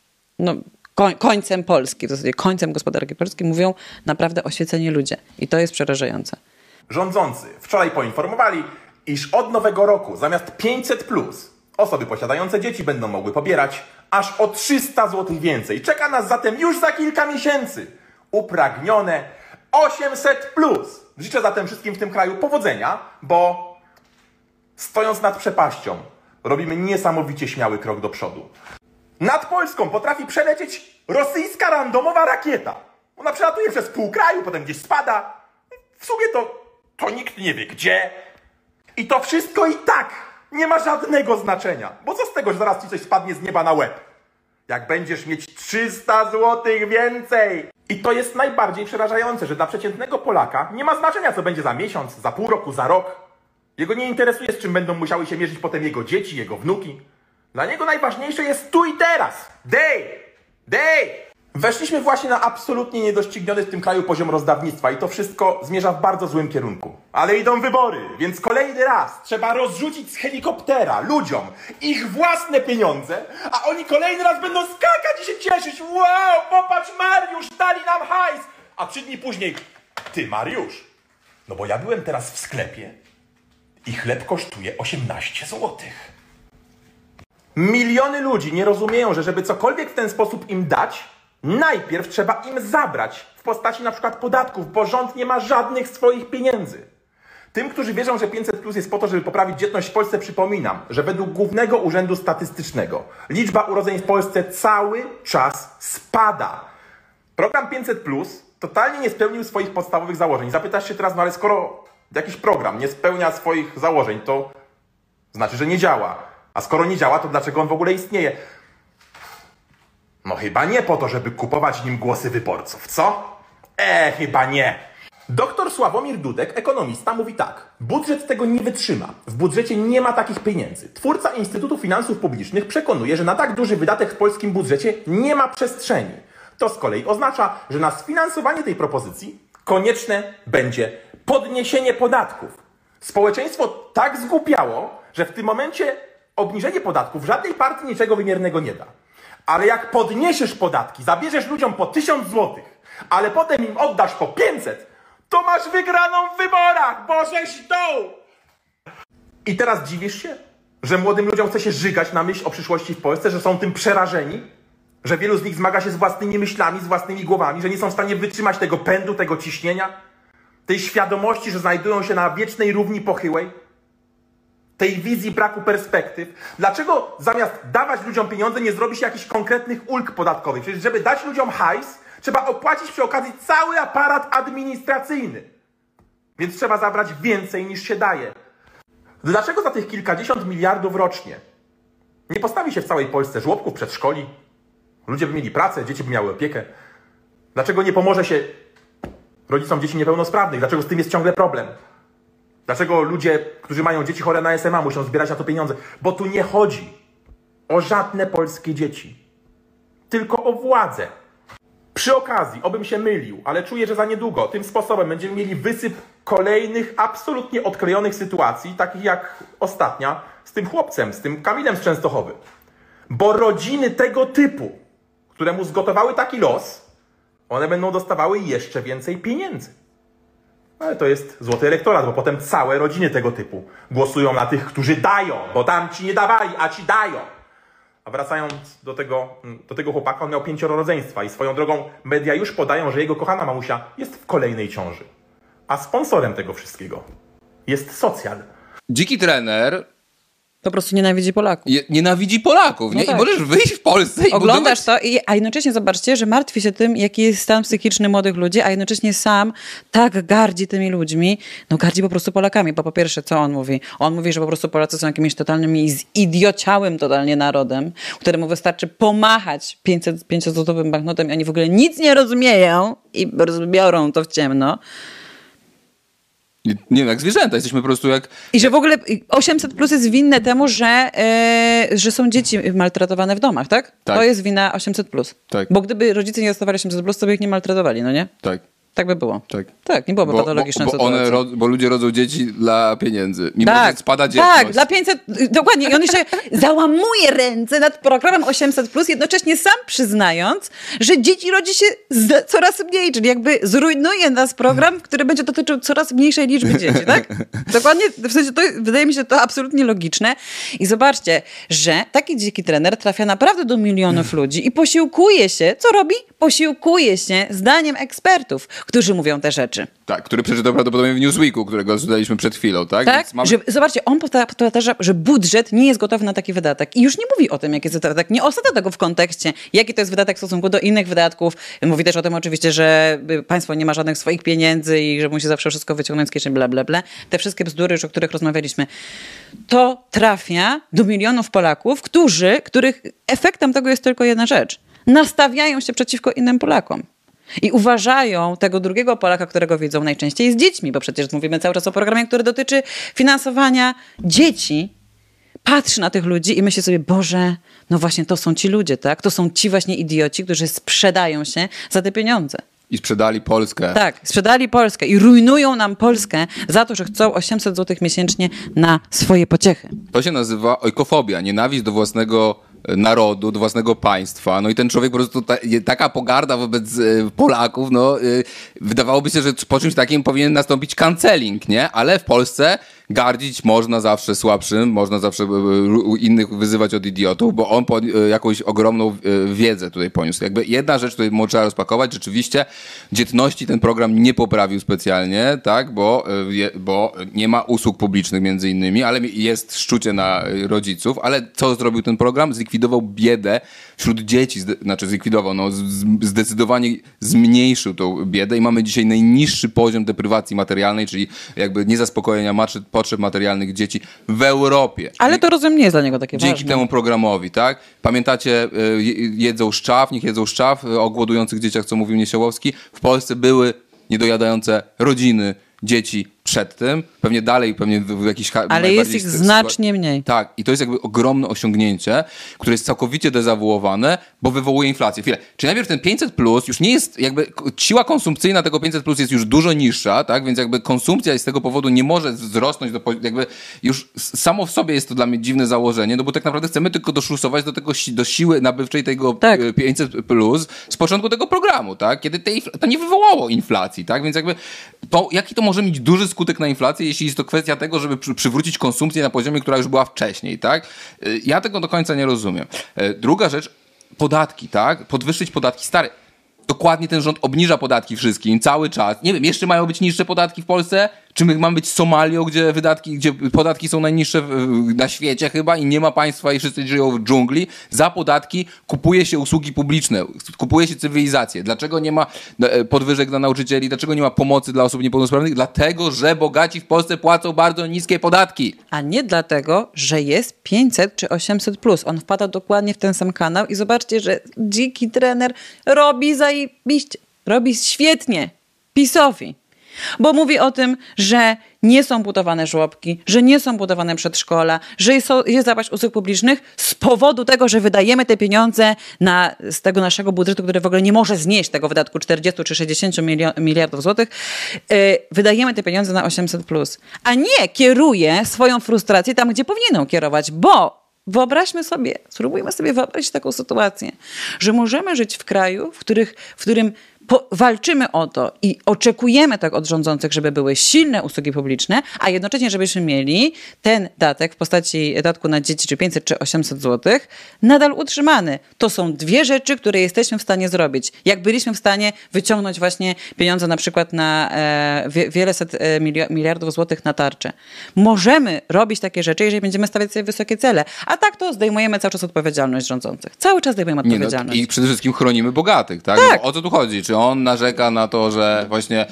końcem Polski, w zasadzie końcem gospodarki polskiej, mówią naprawdę oświeceni ludzie. I to jest przerażające. Rządzący wczoraj poinformowali, iż od nowego roku zamiast 500+, osoby posiadające dzieci będą mogły pobierać aż o 300 zł więcej. Czeka nas zatem już za kilka miesięcy upragnione 800+. Życzę zatem wszystkim w tym kraju powodzenia, bo stojąc nad przepaścią, robimy niesamowicie śmiały krok do przodu. Nad Polską potrafi przelecieć rosyjska randomowa rakieta. Ona przelatuje przez pół kraju, potem gdzieś spada. W sumie to nikt nie wie gdzie. I to wszystko i tak nie ma żadnego znaczenia. Bo co z tego, że zaraz ci coś spadnie z nieba na łeb? Jak będziesz mieć 300 zł więcej. I to jest najbardziej przerażające, że dla przeciętnego Polaka nie ma znaczenia, co będzie za miesiąc, za pół roku, za rok. Jego nie interesuje, z czym będą musiały się mierzyć potem jego dzieci, jego wnuki. Dla niego najważniejsze jest tu i teraz. Day! Weszliśmy właśnie na absolutnie niedościgniony w tym kraju poziom rozdawnictwa i to wszystko zmierza w bardzo złym kierunku. Ale idą wybory, więc kolejny raz trzeba rozrzucić z helikoptera ludziom ich własne pieniądze, a oni kolejny raz będą skakać i się cieszyć. Wow, popatrz Mariusz, dali nam hajs! A 3 dni później, ty Mariusz, no bo ja byłem teraz w sklepie i chleb kosztuje 18 złotych. Miliony ludzi nie rozumieją, że żeby cokolwiek w ten sposób im dać, najpierw trzeba im zabrać w postaci na przykład podatków, bo rząd nie ma żadnych swoich pieniędzy. Tym, którzy wierzą, że 500+ jest po to, żeby poprawić dzietność w Polsce, przypominam, że według Głównego Urzędu Statystycznego liczba urodzeń w Polsce cały czas spada. Program 500+ totalnie nie spełnił swoich podstawowych założeń. Zapytasz się teraz, no ale skoro jakiś program nie spełnia swoich założeń, to znaczy, że nie działa. A skoro nie działa, to dlaczego on w ogóle istnieje? No chyba nie po to, żeby kupować nim głosy wyborców, co? Chyba nie. Doktor Sławomir Dudek, ekonomista, mówi tak. Budżet tego nie wytrzyma. W budżecie nie ma takich pieniędzy. Twórca Instytutu Finansów Publicznych przekonuje, że na tak duży wydatek w polskim budżecie nie ma przestrzeni. To z kolei oznacza, że na sfinansowanie tej propozycji konieczne będzie podniesienie podatków. Społeczeństwo tak zgłupiało, że w tym momencie obniżenie podatków żadnej partii niczego wymiernego nie da. Ale jak podniesiesz podatki, zabierzesz ludziom po 1000 złotych, ale potem im oddasz po 500, to masz wygraną w wyborach, bo żeś dół! I teraz dziwisz się, że młodym ludziom chce się żygać na myśl o przyszłości w Polsce, że są tym przerażeni, że wielu z nich zmaga się z własnymi myślami, z własnymi głowami, że nie są w stanie wytrzymać tego pędu, tego ciśnienia, tej świadomości, że znajdują się na wiecznej równi pochyłej, tej wizji braku perspektyw. Dlaczego zamiast dawać ludziom pieniądze nie zrobi się jakichś konkretnych ulg podatkowych? Przecież żeby dać ludziom hajs, trzeba opłacić przy okazji cały aparat administracyjny. Więc trzeba zabrać więcej niż się daje. Dlaczego za tych kilkadziesiąt miliardów rocznie nie postawi się w całej Polsce żłobków, przedszkoli? Ludzie by mieli pracę, dzieci by miały opiekę. Dlaczego nie pomoże się rodzicom dzieci niepełnosprawnych? Dlaczego z tym jest ciągle problem? Dlaczego ludzie, którzy mają dzieci chore na SMA, muszą zbierać na to pieniądze? Bo tu nie chodzi o żadne polskie dzieci, tylko o władzę. Przy okazji, obym się mylił, ale czuję, że za niedługo tym sposobem będziemy mieli wysyp kolejnych, absolutnie odklejonych sytuacji, takich jak ostatnia z tym chłopcem, z tym Kamilem z Częstochowy. Bo rodziny tego typu, które mu zgotowały taki los, one będą dostawały jeszcze więcej pieniędzy. Ale to jest złoty elektorat, bo potem całe rodziny tego typu głosują na tych, którzy dają, bo tamci nie dawali, a ci dają. A wracając do tego chłopaka, on miał 5 rodzeństwa i swoją drogą media już podają, że jego kochana mamusia jest w kolejnej ciąży. A sponsorem tego wszystkiego jest socjal. Dziki trener po prostu nienawidzi Polaków. Nienawidzi Polaków, no nie? tak. I możesz wyjść w Polsce i oglądasz to, a jednocześnie zobaczcie, że martwi się tym, jaki jest stan psychiczny młodych ludzi, a jednocześnie sam tak gardzi tymi ludźmi, no gardzi po prostu Polakami, bo po pierwsze, co on mówi? On mówi, że po prostu Polacy są jakimiś totalnymi zidiociałym totalnie narodem, któremu wystarczy pomachać 500-złotowym banknotem i oni w ogóle nic nie rozumieją i biorą to w ciemno. Nie wiem, jak zwierzęta, jesteśmy po prostu jak... I że w ogóle 800+ jest winne temu, że są dzieci maltretowane w domach, tak? Tak. To jest wina 800+. Tak. Bo gdyby rodzice nie dostawali 800+, to by ich nie maltretowali, no nie? Tak. Tak by było. Tak. Tak, nie byłoby patologicznej sytuacji. Bo ludzie rodzą dzieci dla pieniędzy. Mimo, że spada dzietność. Tak, dla 500, dokładnie. I on jeszcze załamuje ręce nad programem 800+, jednocześnie sam przyznając, że dzieci rodzi się coraz mniej, czyli jakby zrujnuje nas program, który będzie dotyczył coraz mniejszej liczby dzieci, tak? Dokładnie, w sensie to wydaje mi się to absolutnie logiczne. I zobaczcie, że taki dziki trener trafia naprawdę do milionów ludzi i posiłkuje się, co robi? Posiłkuje się zdaniem ekspertów, którzy mówią te rzeczy. Tak, który przeczytał prawdopodobnie w Newsweeku, którego zdaliśmy przed chwilą, tak? Tak, zobaczcie, on powtarza, że budżet nie jest gotowy na taki wydatek. I już nie mówi o tym, jaki jest wydatek. Nie osadza tego w kontekście, jaki to jest wydatek w stosunku do innych wydatków. Mówi też o tym oczywiście, że państwo nie ma żadnych swoich pieniędzy i że musi zawsze wszystko wyciągnąć z kieszeni, bla, bla, bla. Te wszystkie bzdury, już o których rozmawialiśmy. To trafia do milionów Polaków, których efektem tego jest tylko jedna rzecz. Nastawiają się przeciwko innym Polakom. I uważają tego drugiego Polaka, którego widzą najczęściej z dziećmi, bo przecież mówimy cały czas o programie, który dotyczy finansowania dzieci. Patrzy na tych ludzi i myśli sobie, Boże, no właśnie to są ci ludzie, tak? To są ci właśnie idioci, którzy sprzedają się za te pieniądze. I sprzedali Polskę. Tak, sprzedali Polskę i rujnują nam Polskę za to, że chcą 800 zł miesięcznie na swoje pociechy. To się nazywa ojkofobia, nienawiść do własnego narodu, do własnego państwa. No i ten człowiek po prostu, taka pogarda wobec Polaków, no wydawałoby się, że po czymś takim powinien nastąpić canceling, nie? Ale w Polsce gardzić można zawsze słabszym, można zawsze innych wyzywać od idiotów, bo on jakąś ogromną wiedzę tutaj poniósł. Jakby jedna rzecz, której trzeba rozpakować, rzeczywiście dzietności ten program nie poprawił specjalnie, tak, bo nie ma usług publicznych między innymi, ale jest szczucie na rodziców, ale co zrobił ten program? Zlikwidował biedę wśród dzieci, zlikwidował, zdecydowanie zmniejszył tą biedę i mamy dzisiaj najniższy poziom deprywacji materialnej, czyli jakby niezaspokojenia potrzeb materialnych dzieci w Europie. Ale to rozumiem nie jest dla niego takie ważne. Dzięki temu programowi, tak? Pamiętacie, jedzą szczaw, niech jedzą szczaw, o głodujących dzieciach, co mówił Niesiołowski. W Polsce były niedojadające rodziny, dzieci przed tym, pewnie dalej, pewnie w jakiś... Ale jest ich znacznie mniej. Tak, i to jest jakby ogromne osiągnięcie, które jest całkowicie dezawuowane, bo wywołuje inflację. Chwilę, czyli najpierw ten 500+ już nie jest jakby... Siła konsumpcyjna tego 500+ jest już dużo niższa, tak? Więc jakby konsumpcja z tego powodu nie może wzrosnąć do... Jakby już samo w sobie jest to dla mnie dziwne założenie, no bo tak naprawdę chcemy tylko doszlusować do siły nabywczej tego 500+ z początku tego programu, tak? Kiedy to nie wywołało inflacji, tak? Więc jakby jaki to może mieć duży skutek na inflację, jeśli jest to kwestia tego, żeby przywrócić konsumpcję na poziomie, która już była wcześniej, tak? Ja tego do końca nie rozumiem. Druga rzecz, podatki, tak? Podwyższyć podatki. Stary, dokładnie ten rząd obniża podatki wszystkim cały czas. Nie wiem, jeszcze mają być niższe podatki w Polsce? Czy my mamy być Somalią, gdzie podatki są najniższe na świecie chyba i nie ma państwa i wszyscy żyją w dżungli? Za podatki kupuje się usługi publiczne, kupuje się cywilizację. Dlaczego nie ma podwyżek dla nauczycieli? Dlaczego nie ma pomocy dla osób niepełnosprawnych? Dlatego, że bogaci w Polsce płacą bardzo niskie podatki. A nie dlatego, że jest 500 czy 800+. On wpada dokładnie w ten sam kanał i zobaczcie, że dziki trener robi zajebiście, robi świetnie PiS-owi. Bo mówi o tym, że nie są budowane żłobki, że nie są budowane przedszkola, że jest zapaść usług publicznych z powodu tego, że wydajemy te pieniądze z tego naszego budżetu, który w ogóle nie może znieść tego wydatku 40 czy 60 miliardów złotych. Wydajemy te pieniądze na 800+. A nie kieruje swoją frustrację tam, gdzie powinienem kierować, bo spróbujmy sobie wyobrazić taką sytuację, że możemy żyć w kraju, w którym walczymy o to i oczekujemy tak od rządzących, żeby były silne usługi publiczne, a jednocześnie, żebyśmy mieli ten datek w postaci datku na dzieci, czy 500, czy 800 zł, nadal utrzymany. To są dwie rzeczy, które jesteśmy w stanie zrobić. Jak byliśmy w stanie wyciągnąć właśnie pieniądze na przykład na wiele set miliardów złotych na tarczę. Możemy robić takie rzeczy, jeżeli będziemy stawiać sobie wysokie cele. A tak to zdejmujemy cały czas odpowiedzialność rządzących. Cały czas zdejmujemy odpowiedzialność. I przede wszystkim chronimy bogatych, tak? Tak. No, o co tu chodzi? Czy on narzeka na to, że właśnie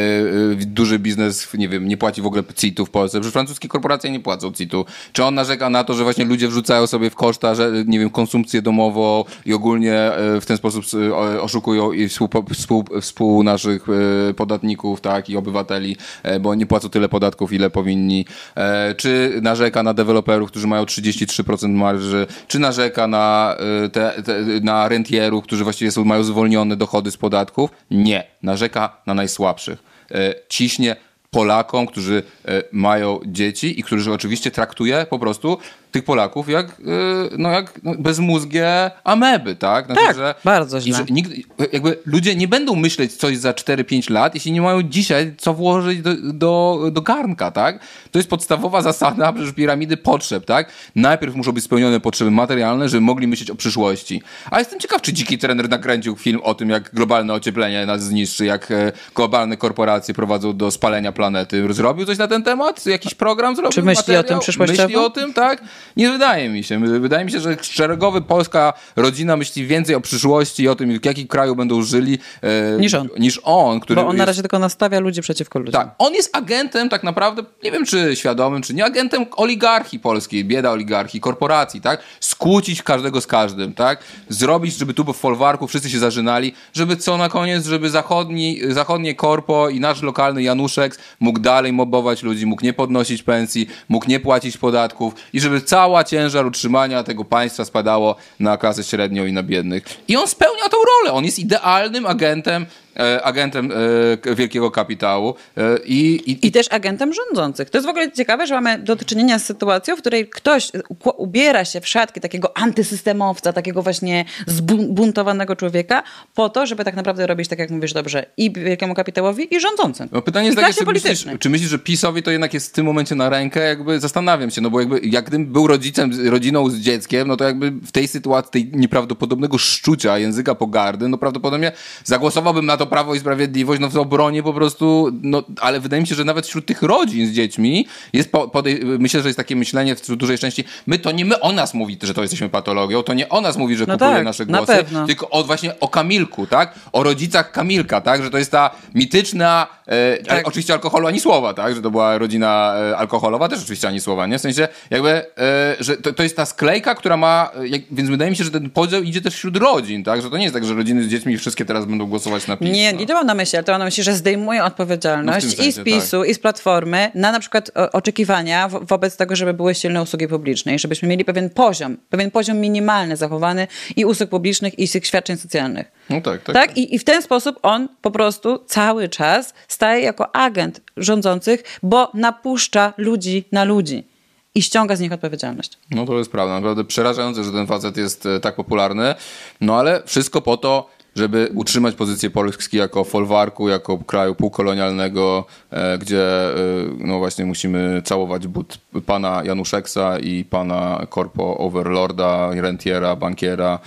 duży biznes, nie wiem, nie płaci w ogóle CIT-u w Polsce? Przecież francuskie korporacje nie płacą CIT-u. Czy on narzeka na to, że właśnie ludzie wrzucają sobie w koszta, że nie wiem, konsumpcję domową i ogólnie w ten sposób oszukują i współ naszych podatników, tak, i obywateli, bo nie płacą tyle podatków, ile powinni. Czy narzeka na deweloperów, którzy mają 33% marży? Czy narzeka na rentierów, którzy właściwie mają zwolnione dochody z podatków? Nie. Narzeka na najsłabszych. Ciśnie Polakom, którzy mają dzieci i którzy oczywiście traktuje po prostu tych Polaków jak bezmózgie ameby, tak? Znaczy, tak, że, bardzo źle. I że jakby ludzie nie będą myśleć coś za 4-5 lat, jeśli nie mają dzisiaj co włożyć do garnka, tak? To jest podstawowa zasada przecież piramidy potrzeb, tak? Najpierw muszą być spełnione potrzeby materialne, żeby mogli myśleć o przyszłości. A jestem ciekaw, czy dziki trener nakręcił film o tym, jak globalne ocieplenie nas zniszczy, jak globalne korporacje prowadzą do spalenia planety. Zrobił coś na ten temat? Jakiś program zrobił? Czy myśli materiał? O tym przyszłościowo? Myśli o tym, tak? Nie wydaje mi się. Wydaje mi się, że szeregowy polska rodzina myśli więcej o przyszłości i o tym, w jakim kraju będą żyli niż on. Który bo on na razie tylko nastawia ludzi przeciwko ludziom. Tak. On jest agentem tak naprawdę, nie wiem czy świadomym, czy nie, agentem oligarchii polskiej, bieda oligarchii, korporacji, tak? Skłócić każdego z każdym, tak? Zrobić, żeby tu w folwarku wszyscy się zażynali, żeby co na koniec, żeby zachodnie korpo i nasz lokalny Januszek mógł dalej mobować ludzi, mógł nie podnosić pensji, mógł nie płacić podatków i żeby cała ciężar utrzymania tego państwa spadało na klasę średnią i na biednych. I on spełnia tą rolę. On jest idealnym agentem agentem wielkiego kapitału I też agentem rządzących. To jest w ogóle ciekawe, że mamy do czynienia z sytuacją, w której ktoś ubiera się w szatki takiego antysystemowca, takiego właśnie zbuntowanego człowieka po to, żeby tak naprawdę robić, tak jak mówisz dobrze, i wielkiemu kapitałowi, i rządzącym. No pytanie jest takie, czy myślisz, że PiS-owi to jednak jest w tym momencie na rękę? Jakby zastanawiam się, no bo jakby jak gdybym był rodziną z dzieckiem, no to jakby w tej sytuacji, tej nieprawdopodobnego szczucia, języka pogardy, no prawdopodobnie zagłosowałbym na to Prawo i Sprawiedliwość, no w obronie po prostu, no ale wydaje mi się, że nawet wśród tych rodzin z dziećmi jest, myślę, że jest takie myślenie w dużej części, to nie my o nas mówi, że to jesteśmy patologią, to nie o nas mówi, że kupuje nasze głosy, tylko właśnie o Kamilku, tak? O rodzicach Kamilka, tak? Że to jest ta mityczna, oczywiście alkoholu ani słowa, tak? Że to była rodzina alkoholowa, też oczywiście ani słowa, nie? W sensie jakby, że to jest ta sklejka, która ma, więc wydaje mi się, że ten podział idzie też wśród rodzin, tak? Że to nie jest tak, że rodziny z dziećmi wszystkie teraz będą głosować na PiS. Nie to mam na myśli, ale to mam na myśli, że zdejmują odpowiedzialność i z PiS-u, i z Platformy na przykład oczekiwania wobec tego, żeby były silne usługi publiczne i żebyśmy mieli pewien poziom minimalny zachowany i usług publicznych, i tych świadczeń socjalnych. No tak. I w ten sposób on po prostu cały czas staje jako agent rządzących, bo napuszcza ludzi na ludzi i ściąga z nich odpowiedzialność. No to jest prawda. Naprawdę przerażające, że ten facet jest tak popularny. No ale wszystko po to, żeby utrzymać pozycję Polski jako folwarku, jako kraju półkolonialnego, gdzie no właśnie musimy całować but pana Januszeksa i pana korpo overlorda, rentiera, bankiera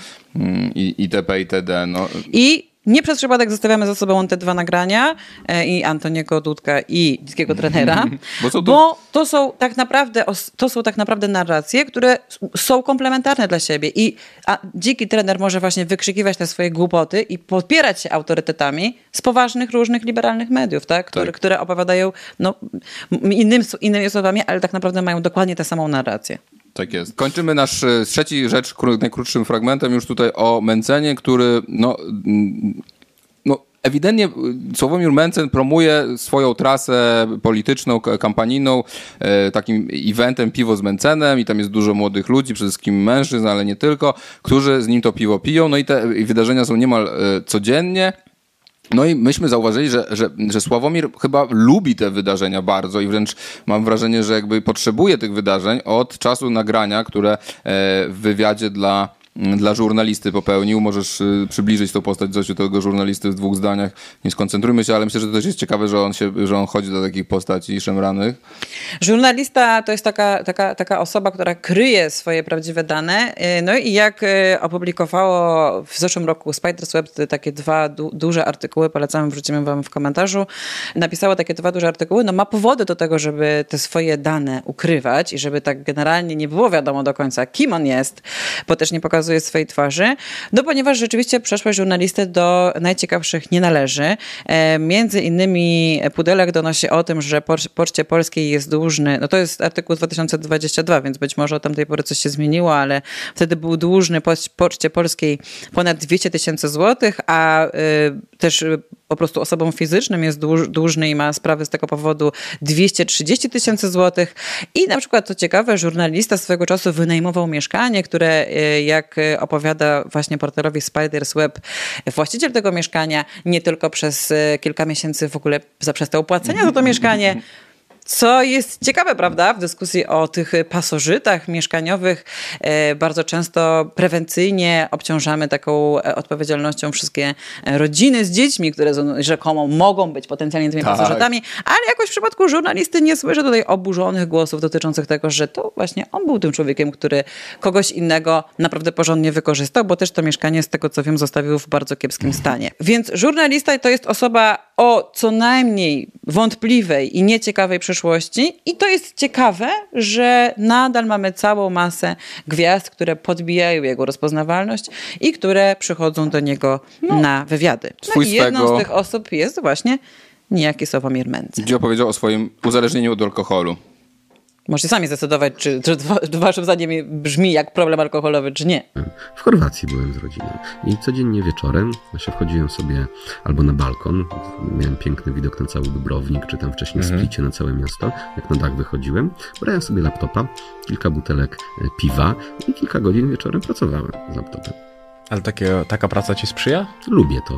itp. itd. No. I nie przez przypadek zostawiamy za sobą te dwa nagrania i Antoniego Dudka i dzikiego trenera, bo to są tak naprawdę narracje, które są komplementarne dla siebie i dziki trener może właśnie wykrzykiwać te swoje głupoty i podpierać się autorytetami z poważnych, różnych liberalnych mediów, tak? Które opowiadają innymi osobami, ale tak naprawdę mają dokładnie tę samą narrację. Tak jest. Kończymy nasz trzeci rzecz najkrótszym fragmentem już tutaj o Mentzenie, który ewidentnie Sławomir Mentzen promuje swoją trasę polityczną, kampanijną takim eventem Piwo z Mentzenem i tam jest dużo młodych ludzi, przede wszystkim mężczyzn, ale nie tylko, którzy z nim to piwo piją. No i te wydarzenia są niemal codziennie. No i myśmy zauważyli, że Sławomir chyba lubi te wydarzenia bardzo i wręcz mam wrażenie, że jakby potrzebuje tych wydarzeń od czasu nagrania, które w wywiadzie dla żurnalisty popełnił. Możesz przybliżyć tą postać, Zosiu, tego żurnalisty w 2 zdaniach. Nie skoncentrujmy się, ale myślę, że to też jest ciekawe, że on chodzi do takich postaci szemranych. Żurnalista to jest taka osoba, która kryje swoje prawdziwe dane. No i jak opublikowało w zeszłym roku Spider's Web takie 2 duże artykuły, polecamy, wrzucimy wam w komentarzu, napisało takie 2 duże artykuły, ma powody do tego, żeby te swoje dane ukrywać i żeby tak generalnie nie było wiadomo do końca, kim on jest, bo też nie pokazuje swojej twarzy, ponieważ rzeczywiście przeszłość żurnalisty do najciekawszych nie należy. Między innymi Pudelek donosi o tym, że Poczcie Polskiej jest dłużny, to jest artykuł 2022, więc być może od tamtej pory coś się zmieniło, ale wtedy był dłużny Poczcie Polskiej ponad 200 000 złotych, a też po prostu osobom fizycznym jest dłużny i ma sprawy z tego powodu 230 000 złotych. I na przykład, to ciekawe, żurnalista swego czasu wynajmował mieszkanie, które, jak opowiada właśnie portalowi Spider's Web, właściciel tego mieszkania nie tylko przez kilka miesięcy w ogóle zaprzestał płacenia za to mieszkanie, co jest ciekawe, prawda? W dyskusji o tych pasożytach mieszkaniowych bardzo często prewencyjnie obciążamy taką odpowiedzialnością wszystkie rodziny z dziećmi, które rzekomo mogą być potencjalnie tymi pasożytami, ale jakoś w przypadku żurnalisty nie słyszę tutaj oburzonych głosów dotyczących tego, że to właśnie on był tym człowiekiem, który kogoś innego naprawdę porządnie wykorzystał, bo też to mieszkanie, z tego co wiem, zostawił w bardzo kiepskim stanie. Więc żurnalista to jest osoba o co najmniej wątpliwej i nieciekawej przyszłości i to jest ciekawe, że nadal mamy całą masę gwiazd, które podbijają jego rozpoznawalność i które przychodzą do niego na wywiady. I jedną z tych osób jest właśnie niejaki Sławomir Mentzen. Gdzie opowiedział o swoim uzależnieniu od alkoholu. Możecie sami zdecydować, czy waszym zdaniem brzmi jak problem alkoholowy, czy nie. W Chorwacji byłem z rodziną i codziennie wieczorem wchodziłem sobie albo na balkon, miałem piękny widok na cały Dubrownik, czy tam wcześniej Splicie na całe miasto, jak na dach wychodziłem, brałem sobie laptopa, kilka butelek piwa i kilka godzin wieczorem pracowałem z laptopem. Ale taka praca ci sprzyja? Lubię to.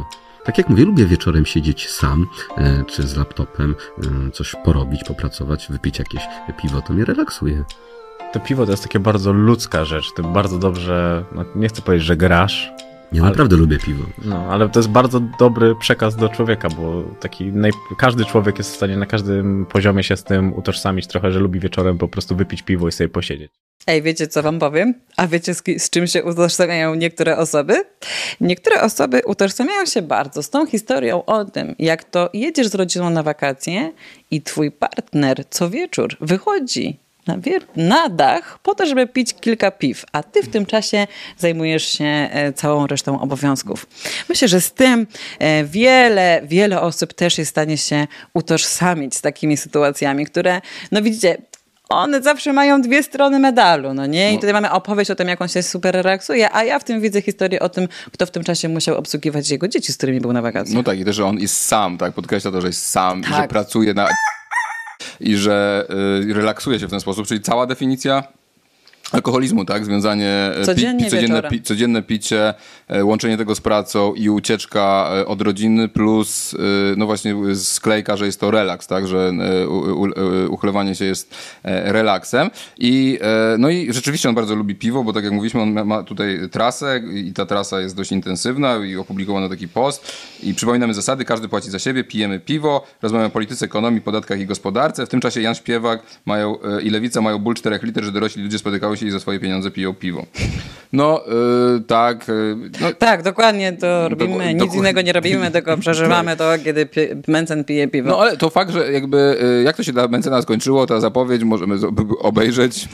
Tak jak mówię, lubię wieczorem siedzieć sam, czy z laptopem, coś porobić, popracować, wypić jakieś piwo, to mnie relaksuje. To piwo to jest taka bardzo ludzka rzecz. Ty bardzo dobrze, no nie chcę powiedzieć, że grasz. Ja naprawdę lubię piwo. No, ale to jest bardzo dobry przekaz do człowieka, bo każdy człowiek jest w stanie na każdym poziomie się z tym utożsamić trochę, że lubi wieczorem po prostu wypić piwo i sobie posiedzieć. Ej, wiecie co wam powiem? A wiecie z czym się utożsamiają niektóre osoby? Niektóre osoby utożsamiają się bardzo z tą historią o tym, jak to jedziesz z rodziną na wakacje i twój partner co wieczór wychodzi na dach po to, żeby pić kilka piw, a ty w tym czasie zajmujesz się całą resztą obowiązków. Myślę, że z tym wiele osób też jest w stanie się utożsamić z takimi sytuacjami, które, no widzicie, one zawsze mają dwie strony medalu, no nie? I tutaj mamy opowieść o tym, jak on się super relaksuje, a ja w tym widzę historię o tym, kto w tym czasie musiał obsługiwać jego dzieci, z którymi był na wakacjach. No tak, i też, że on jest sam, tak? Podkreśla to, że jest sam, że pracuje na... i że relaksuje się w ten sposób, czyli cała definicja alkoholizmu, tak? Związanie codzienne picie, łączenie tego z pracą i ucieczka od rodziny plus no właśnie sklejka, że jest to relaks, tak? Że uchlewanie się jest relaksem no i rzeczywiście on bardzo lubi piwo, bo tak jak mówiliśmy, on ma tutaj trasę i ta trasa jest dość intensywna i opublikowano taki post i przypominamy zasady, każdy płaci za siebie, pijemy piwo, rozmawiamy o polityce, ekonomii, podatkach i gospodarce. W tym czasie Jan Śpiewak i Lewica mają ból 4 liter, że dorośli ludzie spotykały się i za swoje pieniądze piją piwo. No, tak. No, tak, dokładnie to robimy. Nic innego nie robimy, tylko przeżywamy to, kiedy Mencen pije piwo. No, ale to fakt, że jakby, jak to się dla Mencena skończyło, ta zapowiedź możemy obejrzeć.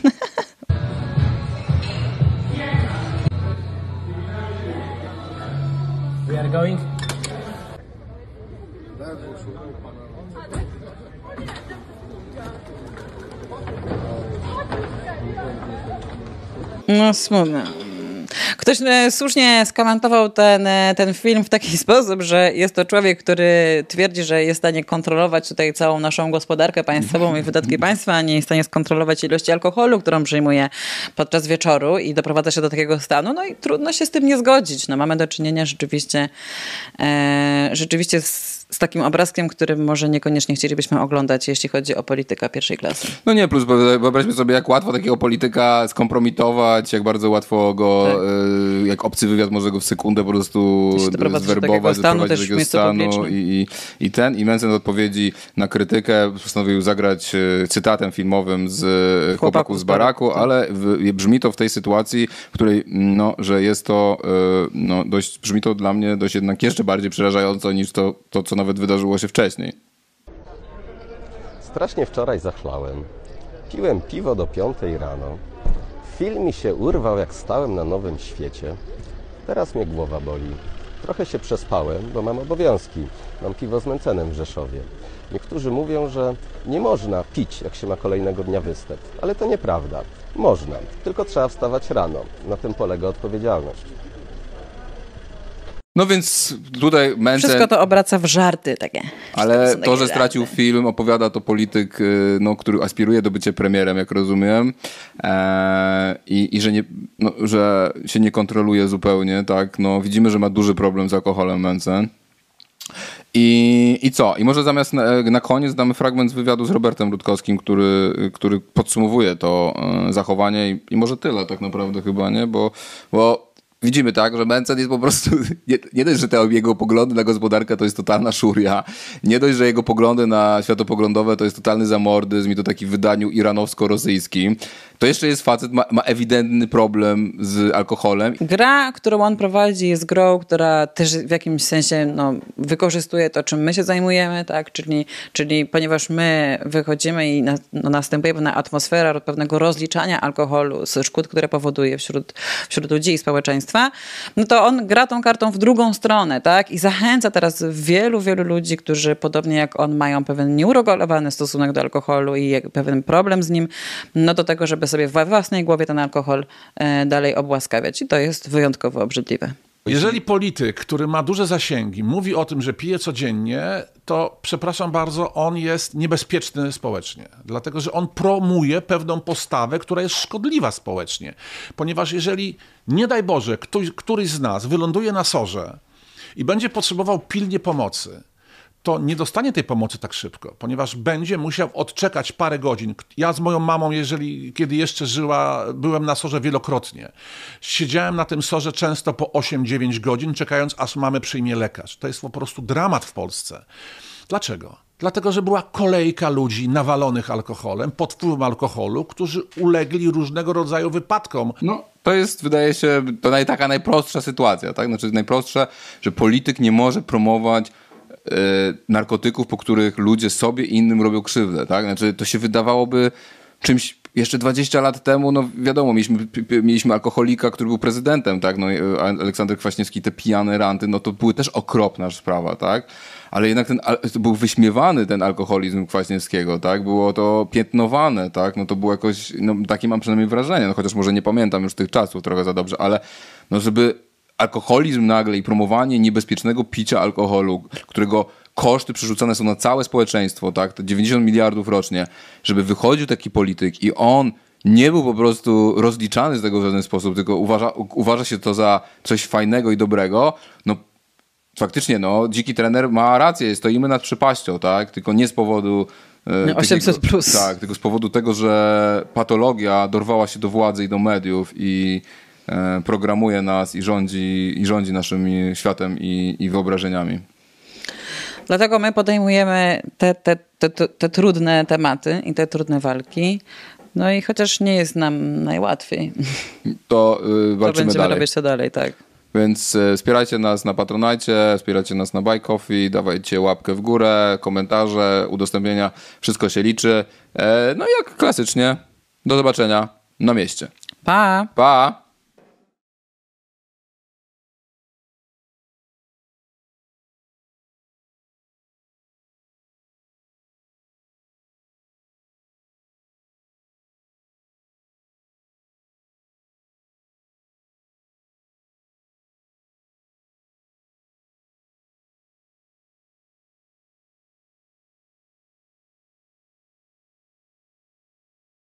We are going. No smutne. Ktoś słusznie skomentował ten film w taki sposób, że jest to człowiek, który twierdzi, że jest w stanie kontrolować tutaj całą naszą gospodarkę państwową i wydatki państwa, a nie jest w stanie skontrolować ilości alkoholu, którą przyjmuje podczas wieczoru i doprowadza się do takiego stanu. No i trudno się z tym nie zgodzić. No, mamy do czynienia rzeczywiście z takim obrazkiem, który może niekoniecznie chcielibyśmy oglądać, jeśli chodzi o polityka pierwszej klasy. No nie, plus wyobraźmy sobie, jak łatwo takiego polityka skompromitować, jak bardzo łatwo go, jak obcy wywiad może go w sekundę po prostu zwerbować, doprowadzić do takiego stanu i Mencen w odpowiedzi na krytykę postanowił zagrać cytatem filmowym z Chłopaków z baraku, ale brzmi to w tej sytuacji, w której, no, że jest to, no, brzmi to dla mnie dość jednak jeszcze bardziej przerażająco niż to co nawet wydarzyło się wcześniej. Strasznie wczoraj zachlałem. Piłem piwo do 5 rano. Film mi się urwał, jak stałem na Nowym Świecie. Teraz mnie głowa boli. Trochę się przespałem, bo mam obowiązki. Mam piwo z Mencenem w Rzeszowie. Niektórzy mówią, że nie można pić, jak się ma kolejnego dnia występ. Ale to nieprawda. Można, tylko trzeba wstawać rano. Na tym polega odpowiedzialność. No więc tutaj Mencen... Wszystko to obraca w żarty takie. Ale to, że stracił film, opowiada to polityk, no, który aspiruje do bycia premierem, jak rozumiem. I że, że się nie kontroluje zupełnie, tak? No, widzimy, że ma duży problem z alkoholem Mencen. I co? I może zamiast na koniec damy fragment z wywiadu z Robertem Rutkowskim, który podsumowuje to zachowanie i może tyle tak naprawdę chyba, nie? Bo widzimy tak, że Mencen jest po prostu, nie dość, że te jego poglądy na gospodarkę to jest totalna szuria, nie dość, że jego poglądy na światopoglądowe to jest totalny zamordyzm i to taki w wydaniu iranowsko-rosyjskim, to jeszcze jest facet, ma ewidentny problem z alkoholem. Gra, którą on prowadzi, jest grą, która też w jakimś sensie wykorzystuje to, czym my się zajmujemy, tak? Czyli ponieważ my wychodzimy i następuje pewna atmosfera pewnego rozliczania alkoholu ze szkód, które powoduje wśród ludzi i społeczeństwa, no to on gra tą kartą w drugą stronę, tak? I zachęca teraz wielu ludzi, którzy podobnie jak on mają pewien nieuregulowany stosunek do alkoholu i pewien problem z nim, no do tego, żeby sobie we własnej głowie ten alkohol dalej obłaskawiać. I to jest wyjątkowo obrzydliwe. Jeżeli polityk, który ma duże zasięgi, mówi o tym, że pije codziennie, to przepraszam bardzo, on jest niebezpieczny społecznie. Dlatego, że on promuje pewną postawę, która jest szkodliwa społecznie. Ponieważ jeżeli, nie daj Boże, któryś z nas wyląduje na sorze i będzie potrzebował pilnie pomocy, to nie dostanie tej pomocy tak szybko, ponieważ będzie musiał odczekać parę godzin. Ja z moją mamą, kiedy jeszcze żyła, byłem na SOR-ze wielokrotnie. Siedziałem na tym SOR-ze często po 8-9 godzin, czekając, aż mamę przyjmie lekarz. To jest po prostu dramat w Polsce. Dlaczego? Dlatego, że była kolejka ludzi nawalonych alkoholem, pod wpływem alkoholu, którzy ulegli różnego rodzaju wypadkom. No, to jest, wydaje się, taka najprostsza sytuacja, tak? Znaczy najprostsze, że polityk nie może promować narkotyków, po których ludzie sobie i innym robią krzywdę, tak? Znaczy to się wydawałoby czymś jeszcze 20 lat temu, no wiadomo, mieliśmy alkoholika, który był prezydentem, tak? No, Aleksander Kwaśniewski, te pijane ranty, no to były też okropna sprawa, tak? Ale jednak to był wyśmiewany ten alkoholizm Kwaśniewskiego, tak? Było to piętnowane, tak? No to było jakoś, no takie mam przynajmniej wrażenie, no chociaż może nie pamiętam już tych czasów trochę za dobrze, ale no żeby alkoholizm nagle i promowanie niebezpiecznego picia alkoholu, którego koszty przerzucane są na całe społeczeństwo, tak, to 90 miliardów rocznie, żeby wychodził taki polityk i on nie był po prostu rozliczany z tego w żaden sposób, tylko uważa się to za coś fajnego i dobrego, no faktycznie, no, dziki trener ma rację, stoimy nad przepaścią, tak, tylko nie z powodu 800+. Tak, tylko z powodu tego, że patologia dorwała się do władzy i do mediów i programuje nas i rządzi naszym światem i wyobrażeniami. Dlatego my podejmujemy te trudne tematy i te trudne walki. No i chociaż nie jest nam najłatwiej, to walczymy będziemy dalej. robić to dalej, tak. Więc wspierajcie nas na Patronite, wspierajcie nas na Buy Coffee, dawajcie łapkę w górę, komentarze, udostępnienia, wszystko się liczy. No i jak klasycznie, do zobaczenia na mieście. Pa! Pa!